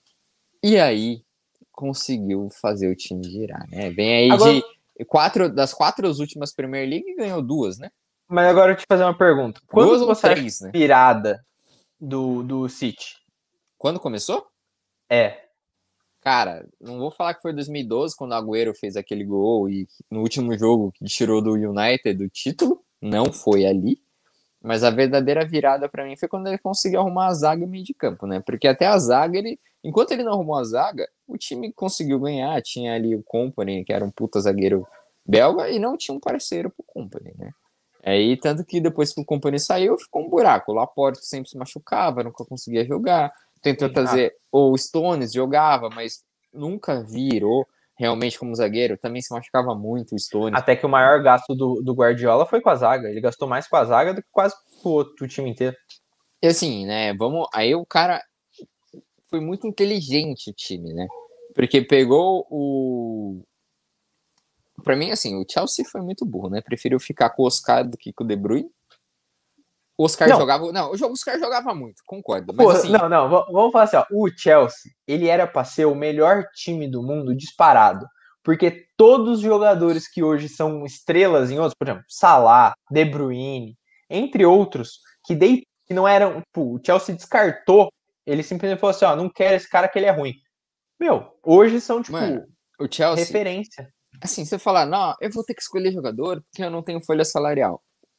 E aí conseguiu fazer o time girar, né? Vem aí agora, de quatro das quatro últimas Premier League ganhou duas, né? Mas agora eu te fazer uma pergunta. Quando duas você ou três, acha né? virada do, do City? Quando começou? É. Cara, não vou falar que foi dois mil e doze, quando o Agüero fez aquele gol e no último jogo que tirou do United o título. Não foi ali. Mas a verdadeira virada pra mim foi quando ele conseguiu arrumar a zaga e o meio de campo, né? Porque até a zaga, ele, enquanto ele não arrumou a zaga, o time conseguiu ganhar. Tinha ali o Kompany, que era um puta zagueiro belga, e não tinha um parceiro pro Kompany, né? Aí, tanto que depois que o Kompany saiu, ficou um buraco. O Laporte sempre se machucava, nunca conseguia jogar. tentou Sim. trazer... Ah. O Stones jogava, mas nunca virou realmente como zagueiro. Também se machucava muito o Stones. Até que o maior gasto do, do Guardiola foi com a zaga. Ele gastou mais com a zaga do que quase com o outro time inteiro. E assim, né, vamos... Aí o cara... Foi muito inteligente o time, né? Porque pegou o... Pra mim, assim, o Chelsea foi muito burro, né? Preferiu ficar com o Oscar do que com o De Bruyne. O Oscar não. jogava... Não, o Oscar jogava muito, concordo. Mas, Pô, assim... Não, não, vamos falar assim, ó. O Chelsea, ele era pra ser o melhor time do mundo disparado. Porque todos os jogadores que hoje são estrelas em outros, por exemplo, Salah, De Bruyne, entre outros, que, de... que não eram... Pô, o Chelsea descartou, ele simplesmente falou assim, ó, não quero esse cara que ele é ruim. Meu, hoje são, tipo, Mano, o Chelsea, referência. Assim, você fala, não, eu vou ter que escolher jogador porque eu não tenho folha salarial.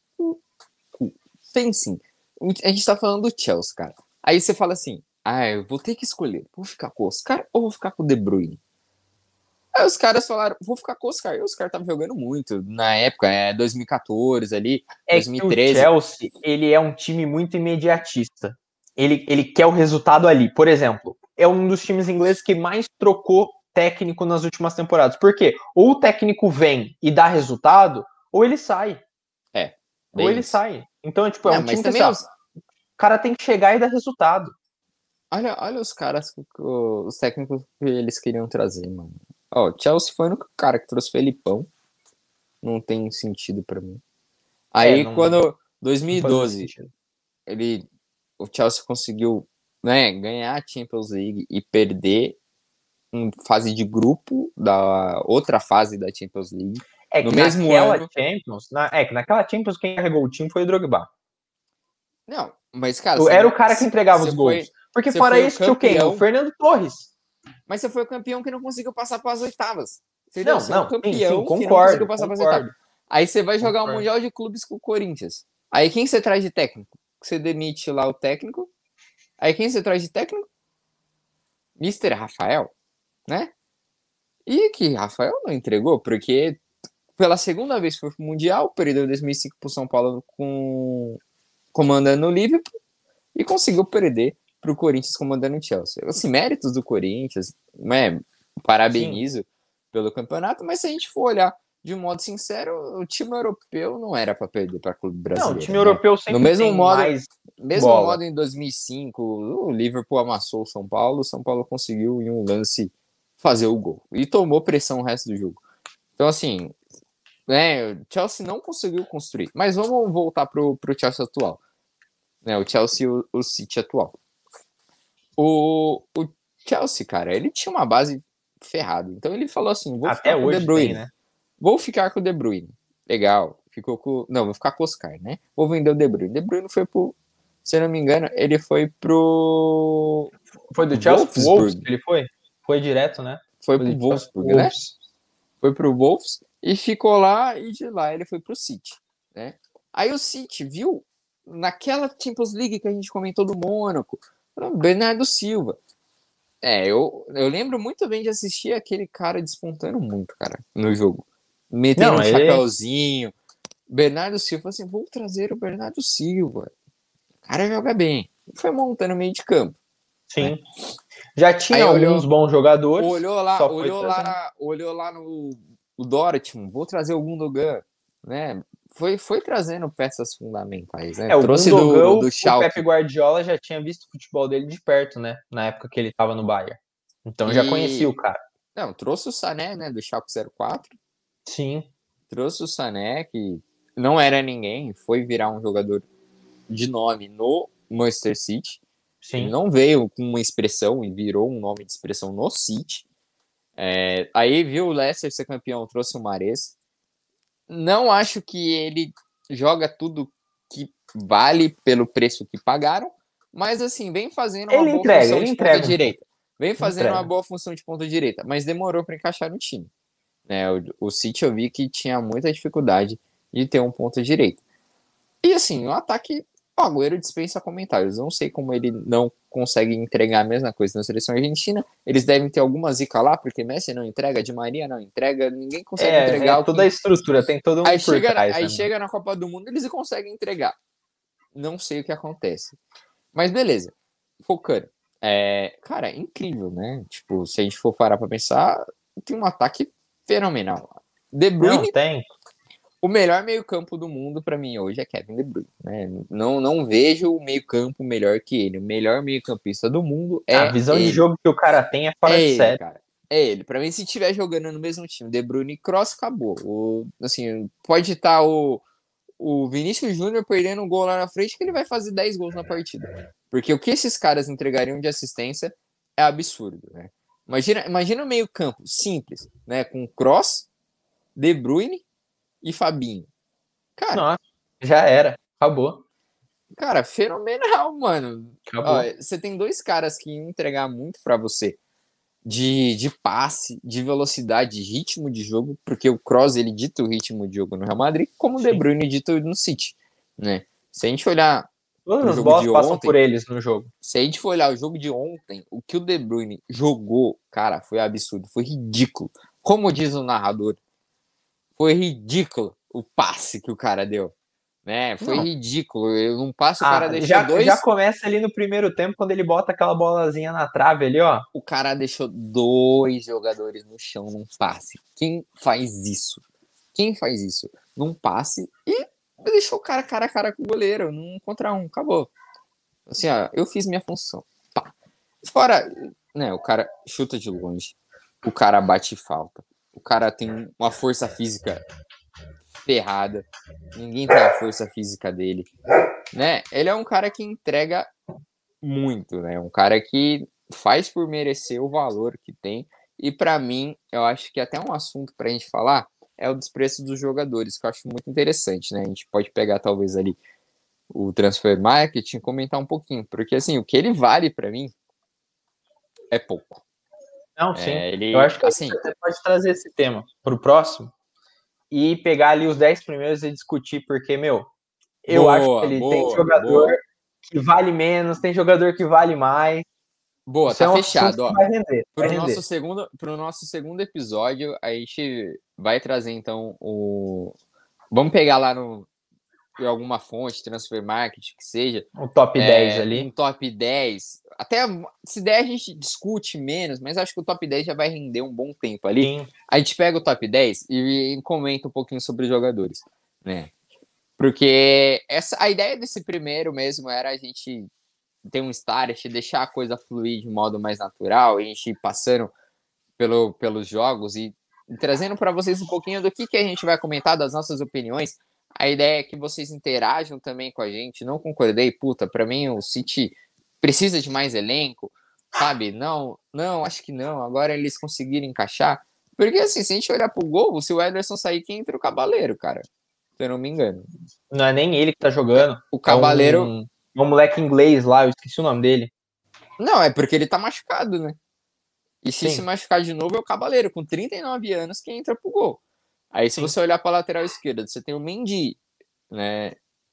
Tem sim. A gente tá falando do Chelsea, cara. Aí você fala assim, ah, eu vou ter que escolher. Vou ficar com o Oscar ou vou ficar com o De Bruyne? Aí os caras falaram, vou ficar com o Oscar. E o Oscar tava jogando muito. Na época, é dois mil e quatorze ali, é dois mil e treze. Que o Chelsea, ele é um time muito imediatista. Ele, ele quer o resultado ali. Por exemplo, é um dos times ingleses que mais trocou técnico nas últimas temporadas. Por quê? Ou o técnico vem e dá resultado, ou ele sai. É. Ou ele isso. sai. Então, é, tipo, é Não, um time que assim, os... o cara tem que chegar e dar resultado. Olha, olha os caras, os técnicos que eles queriam trazer, mano. Ó, o Chelsea foi o único cara que trouxe Felipão. Não tem sentido pra mim. Aí, é, não, quando, dois mil e doze, ele, o Chelsea conseguiu, né, ganhar a Champions League e perder em fase de grupo da outra fase da Champions League. É que no mesmo naquela ano, Champions, na, é que naquela Champions quem carregou o time foi o Drogba. Não, mas, cara... Era não, o cara que entregava os gols. Foi, Porque fora isso, tinha quem? O Fernando Torres. Mas você foi o campeão que não conseguiu passar para as oitavas. Entendeu? Não, você não, é o campeão sim, sim, concordo, que não conseguiu passar para as oitavas. Aí você vai jogar o um Mundial de Clubes com o Corinthians. Aí quem você traz de técnico? Você demite lá o técnico. Aí quem você traz de técnico? mister Rafael, né? E que Rafael não entregou, porque pela segunda vez foi pro Mundial, perdeu em dois mil e cinco pro São Paulo com comandando o Liverpool e conseguiu perder pro Corinthians comandando o Chelsea. Assim, méritos do Corinthians, né? Parabenizo Sim. pelo campeonato, mas se a gente for olhar de um modo sincero, o time europeu não era para perder para clube brasileiro. Não, o time europeu né? sempre no mesmo tem modo, mais mesmo bola. modo em dois mil e cinco, o Liverpool amassou o São Paulo, o São Paulo conseguiu em um lance fazer o gol e tomou pressão o resto do jogo. Então assim, né, o Chelsea não conseguiu construir. Mas vamos voltar pro pro Chelsea atual. Né, o Chelsea e o, o City atual. O, o Chelsea, cara, ele tinha uma base ferrada. Então ele falou assim, vou Até ficar com o De Bruyne. Tem, né? Vou ficar com o De Bruyne. Legal. Ficou com... Não, vou ficar com o Oscar, né? Vou vender o De Bruyne. De Bruyne foi pro... Se eu não me engano, ele foi pro... Foi do Chelsea pro Wolves que ele foi? Foi direto, né? Foi, foi pro Wolfsburg, né? Foi pro Wolves e ficou lá, e de lá ele foi pro City, né? Aí o City viu naquela Champions League que a gente comentou do Mônaco, Bernardo Silva. É, eu, eu lembro muito bem de assistir aquele cara despontando muito, cara, no jogo. Metendo Não, um ele... chapéuzinho. Bernardo Silva, assim, vou trazer o Bernardo Silva. O cara joga bem. Foi montando meio de campo. Sim. Né? Já tinha Aí alguns olhou, bons jogadores. Olhou lá, olhou lá, na, olhou lá no o Dortmund, vou trazer o Gundogan, né? Foi, foi trazendo peças fundamentais, né? É, Trouxe o Gundogan, do, do Schalke. O Pep Guardiola já tinha visto o futebol dele de perto, né? Na época que ele estava no Bayern. Então e... já conhecia o cara. Não, trouxe o Sané, né? Do Schalke zero quatro. Sim. Trouxe o Sané, que não era ninguém, foi virar um jogador de nome no Manchester City. Sim. Ele não veio com uma expressão e virou um nome de expressão no City. É, aí viu o Leicester ser campeão, trouxe o Mahrez. Não acho que ele joga tudo que vale pelo preço que pagaram, mas assim, vem fazendo uma ele boa entrega, função ele de entrega. ponta direita. Vem fazendo entrega. uma boa função de ponta direita, mas demorou para encaixar no time. Né, o, o City eu vi que tinha muita dificuldade de ter um ponto direito. E assim, o ataque, o Agüero dispensa comentários. Não sei como ele não consegue entregar a mesma coisa na seleção argentina. Eles devem ter alguma zica lá, porque Messi não entrega, Di Maria não entrega, ninguém consegue é, entregar. É toda que... a estrutura, tem todo um aí por chega, trás, Aí né, chega na Copa do Mundo, eles conseguem entregar. Não sei o que acontece. Mas beleza, focando. É, cara, é incrível, né? Tipo, se a gente for parar pra pensar, tem um ataque fenomenal. De Não, Bruyne, tem. o melhor meio-campo do mundo pra mim hoje é Kevin De Bruyne, né? Não, não vejo o meio-campo melhor que ele. O melhor meio-campista do mundo A é visão de ele. jogo que o cara tem é fora É de ele, série. cara. É ele. Pra mim, se estiver jogando no mesmo time, De Bruyne e Kroos, acabou. O, assim, pode estar o, o Vinícius Júnior perdendo um gol lá na frente que ele vai fazer dez gols na partida. Porque o que esses caras entregariam de assistência é absurdo, né? Imagina, imagina o meio-campo simples, né? Com Kroos, De Bruyne e Fabinho. Cara, Nossa, já era. Acabou. cara, fenomenal, mano. Ó, Acabou. você tem dois caras que iam entregar muito pra você de, de passe, de velocidade, de ritmo de jogo, porque o Kroos ele dita o ritmo de jogo no Real Madrid, como o De Sim. Bruyne dita no City, né? Se a gente olhar pro Todas as jogo bolas de passam por ontem, eles no jogo. se a gente for olhar o jogo de ontem, o que o De Bruyne jogou, cara, foi absurdo, foi ridículo. Como diz o narrador, foi ridículo o passe que o cara deu, né? Foi Não. ridículo. Eu não passo, o cara Ah, deixou já, já dois, começa ali no primeiro tempo, quando ele bota aquela bolazinha na trave ali, ó. o cara deixou dois jogadores no chão num passe. Quem faz isso? Quem faz isso? Num passe e deixou o cara cara a cara com o goleiro, num contra um, acabou. Assim, ó, eu fiz minha função. Pá. Fora, né, o cara chuta de longe, o cara bate falta, o cara tem uma força física ferrada, ninguém tem a força física dele, né? Ele é um cara que entrega muito, né? Um cara que faz por merecer o valor que tem. E para mim, eu acho que até um assunto para a gente falar é o desprezo dos jogadores, que eu acho muito interessante, né? A gente pode pegar talvez ali o transfer marketing e comentar um pouquinho, porque assim, o que ele vale para mim é pouco. Não, sim. É, Eu ele, acho que a gente assim, até pode trazer esse tema pro próximo e pegar ali os dez primeiros e discutir, porque, meu, eu acho que boa, ele tem boa, jogador boa. que vale menos, tem jogador que vale mais. Boa, Isso tá é um assunto fechado, que ó. vai render, vai Pro nosso render. segundo, pro nosso segundo episódio, a gente vai trazer então o vamos pegar lá no em alguma fonte, transfer market, que seja, O top dez é, ali. um top dez. Até se der, a gente discute menos, mas acho que o top dez já vai render um bom tempo ali. Sim. A gente pega o top dez e comenta um pouquinho sobre os jogadores, né? Porque essa, a ideia desse primeiro mesmo era a gente ter um start, deixar a coisa fluir de modo mais natural, a gente ir passando pelo, pelos jogos e trazendo para vocês um pouquinho do que, que a gente vai comentar, das nossas opiniões. A ideia é que vocês interajam também com a gente. Não concordei, puta, para mim o City precisa de mais elenco, sabe? Não, não, acho que não. Agora eles conseguiram encaixar. Porque assim, se a gente olhar pro gol, se o Ederson sair, quem entra o Cabaleiro, cara? Se eu não me engano. Não é nem ele que tá jogando. O É Cabaleiro. um, é um moleque inglês lá, eu esqueci o nome dele. Não, é porque ele tá machucado, né? E se se Sim. machucar de novo, é o Cabaleiro, com trinta e nove anos, que entra pro gol. Aí, se Sim. você olhar para a lateral esquerda, você tem o Mendy, né?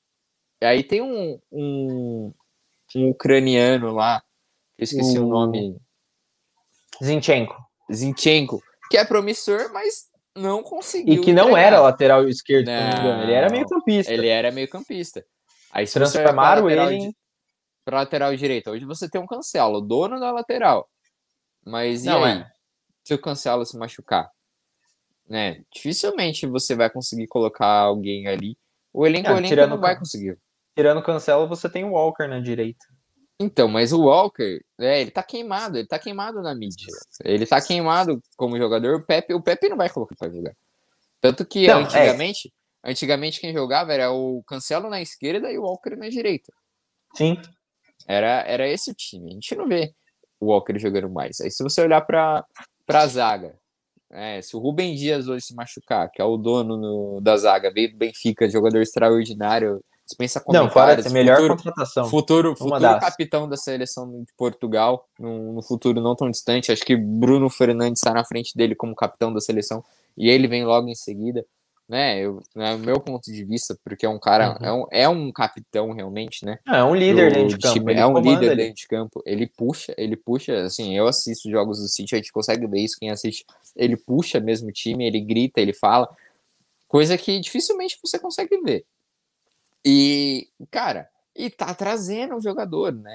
E aí tem um, um, um ucraniano lá, que eu esqueci o O nome, Zinchenko. Zinchenko, que é promissor, mas não E conseguiu que não era entregar. lateral esquerdo, se eu não me engano. Ele era meio Não, campista. ele era meio campista. Aí, se você olhar para a Transformaram lateral, ele di- em. pra lateral direita, hoje você tem um Cancelo, dono da lateral. Mas e Não, aí? é. Se o Cancelo se machucar? Né? Dificilmente você vai conseguir colocar alguém ali. O elenco, o Ah, elenco tirando, não vai conseguir. tirando o Cancelo, você tem o Walker na direita. Então, mas o Walker, é, ele tá queimado, ele tá queimado na mídia. Ele tá queimado como jogador. O Pepe, o Pepe não vai colocar pra jogar. Tanto que Não, é. antigamente, antigamente quem jogava era o Cancelo na esquerda e o Walker na direita. Sim. Era, era esse o time. A gente não vê o Walker jogando mais. Aí se você olhar pra, pra zaga, é, se o Rubem Dias hoje se machucar, que é o dono no, da zaga, veio do Benfica, jogador extraordinário, dispensa Não, fora a comentários, melhor futuro, contratação. futuro, Uma futuro das. capitão da seleção de Portugal, no, no futuro não tão distante. Acho que Bruno Fernandes está na frente dele como capitão da seleção e ele vem logo em seguida. Né, eu, é o meu ponto de vista, porque é um cara, é Uhum. um, é um capitão realmente, né? Não, é um líder dentro Do de campo. time, Ele é um comanda líder ali. dentro de campo, ele puxa, ele puxa, assim, eu assisto jogos do City, a gente consegue ver isso, quem assiste, ele puxa mesmo o time, ele grita, ele fala, coisa que dificilmente você consegue ver. E, cara, e tá trazendo um jogador, né?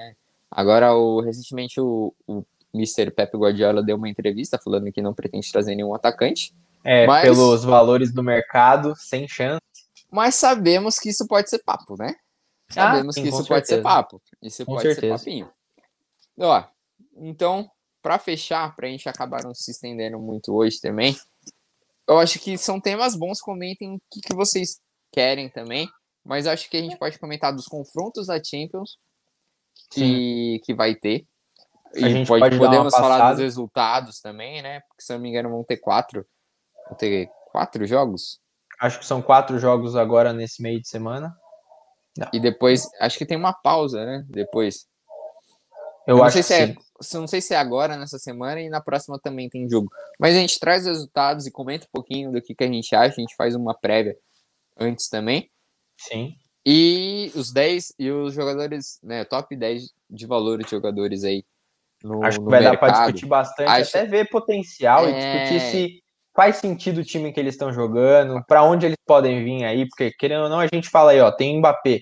Agora, o, recentemente, o, o mister Pep Guardiola deu uma entrevista falando que não pretende trazer nenhum atacante, É, mas, pelos valores do mercado, sem chance. mas sabemos que isso pode ser papo, né? Ah, Sabemos sim, que com isso pode ser certeza. papo. Isso Com pode ser certeza. papinho. Ó, então, para fechar, para a gente acabar não se estendendo muito hoje também, eu acho que são temas bons. Comentem o que, que vocês querem também. Mas acho que a gente pode comentar dos confrontos da Champions Sim. que, que vai ter. A E gente pode, pode dar uma podemos falar dos passada. resultados também, né? Porque, se eu não me engano, vão ter quatro. Vão ter quatro jogos. Acho que são quatro jogos agora nesse meio de semana. Não. E depois, acho que tem uma pausa, né? Depois. Eu Eu não acho sei que se é, sim. não sei se é agora, nessa semana, e na próxima também tem jogo. Mas a gente traz os resultados e comenta um pouquinho do que, que a gente acha. A gente faz uma prévia antes também. Sim. E os dez e os jogadores, né? Top dez de valores de jogadores aí no, Acho que no vai dar para mercado. discutir bastante, Acha, até ver potencial e discutir é, se faz sentido o time que eles estão jogando, para onde eles podem vir aí, porque querendo ou não, a gente fala aí, ó, tem o Mbappé.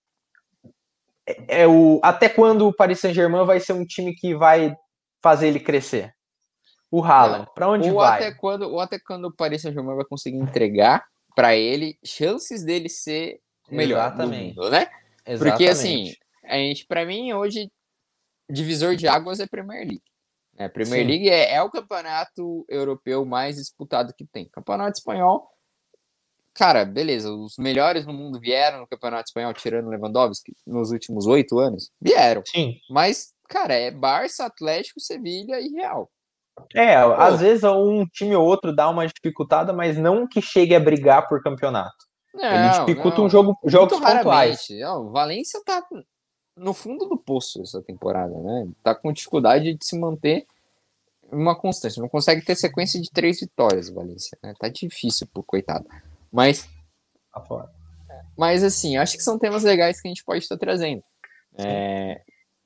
É, é o até quando o Paris Saint-Germain vai ser um time que vai fazer ele crescer? O não, Haaland, para onde ou vai? até quando, ou até quando o Paris Saint-Germain vai conseguir entregar para ele chances dele ser o melhor do mundo, Exatamente. né? Porque assim, Exatamente. a gente, para mim hoje, divisor de águas é Premier League. A Premier Sim. League é, é o campeonato europeu mais disputado que tem. Campeonato espanhol, cara, beleza, os melhores no mundo vieram no campeonato espanhol, tirando Lewandowski, nos últimos oito anos, vieram. Sim. Mas, cara, é Barça, Atlético, Sevilha e Real. É, às Pô, vezes um time ou outro dá uma dificultada, mas não que chegue a brigar por campeonato. Ele não, dificulta um não, jogo, muito jogos pontuais. raramente. Não, o Valência tá no fundo do poço essa temporada, né? Tá com dificuldade de se manter uma constância. Não consegue ter sequência de três vitórias, Valência, né? Tá difícil pro coitado. Mas, Tá fora. mas assim, acho que são temas legais que a gente pode estar trazendo. Sim. É,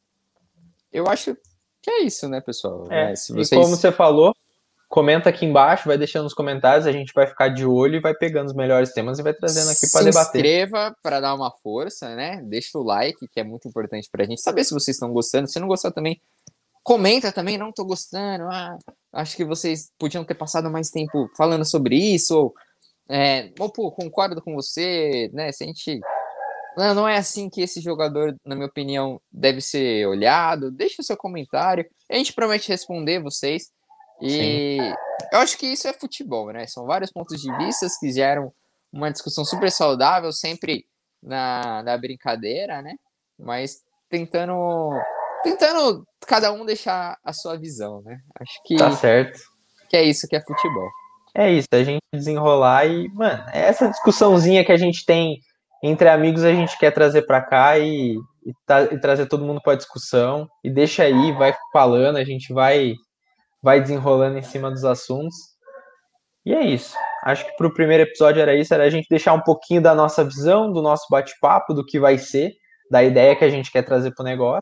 eu acho que é isso, né, pessoal? É, É, se e como vocês você falou, comenta aqui embaixo, vai deixando nos comentários, a gente vai ficar de olho e vai pegando os melhores temas e vai trazendo aqui para se debater. inscreva para dar uma força, né? Deixa o like, que é muito importante pra gente saber se vocês estão gostando. Se não gostar também, comenta também, não tô gostando. Ah, acho que vocês podiam ter passado mais tempo falando sobre isso, ou, é, ou pô, concordo com você, né? Se a gente. Não, não é assim que esse jogador, na minha opinião, deve ser olhado. Deixa o seu comentário. A gente promete responder vocês. Sim, E eu acho que isso é futebol, né? São vários pontos de vista que geram uma discussão super saudável, sempre na, na brincadeira, né? Mas tentando, tentando cada um deixar a sua visão, né? Acho tá que, certo. que é isso que é futebol. É isso, a gente desenrolar e, mano, é essa discussãozinha que a gente tem entre amigos, a gente quer trazer para cá e, e, tá, e trazer todo mundo para discussão e deixa aí, vai falando, a gente vai vai desenrolando em cima dos assuntos. E é isso. Acho que para o primeiro episódio era isso, era a gente deixar um pouquinho da nossa visão, do nosso bate-papo, do que vai ser, da ideia que a gente quer trazer para o negócio.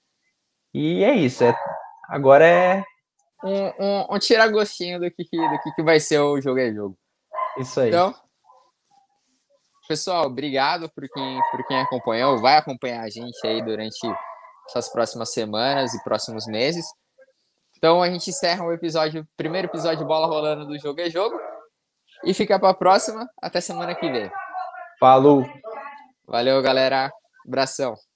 E é isso. É, agora é Um, um, um tirar gostinho do que, do que, que vai ser o jogo é jogo. isso aí. Então, pessoal, obrigado por quem, por quem acompanhou. Vai acompanhar a gente aí durante essas próximas semanas e próximos meses. Então a gente encerra o episódio, primeiro episódio de Bola Rolando do Jogo é Jogo. E fica para a próxima. Até semana que vem. Falou! Valeu, galera. Abração.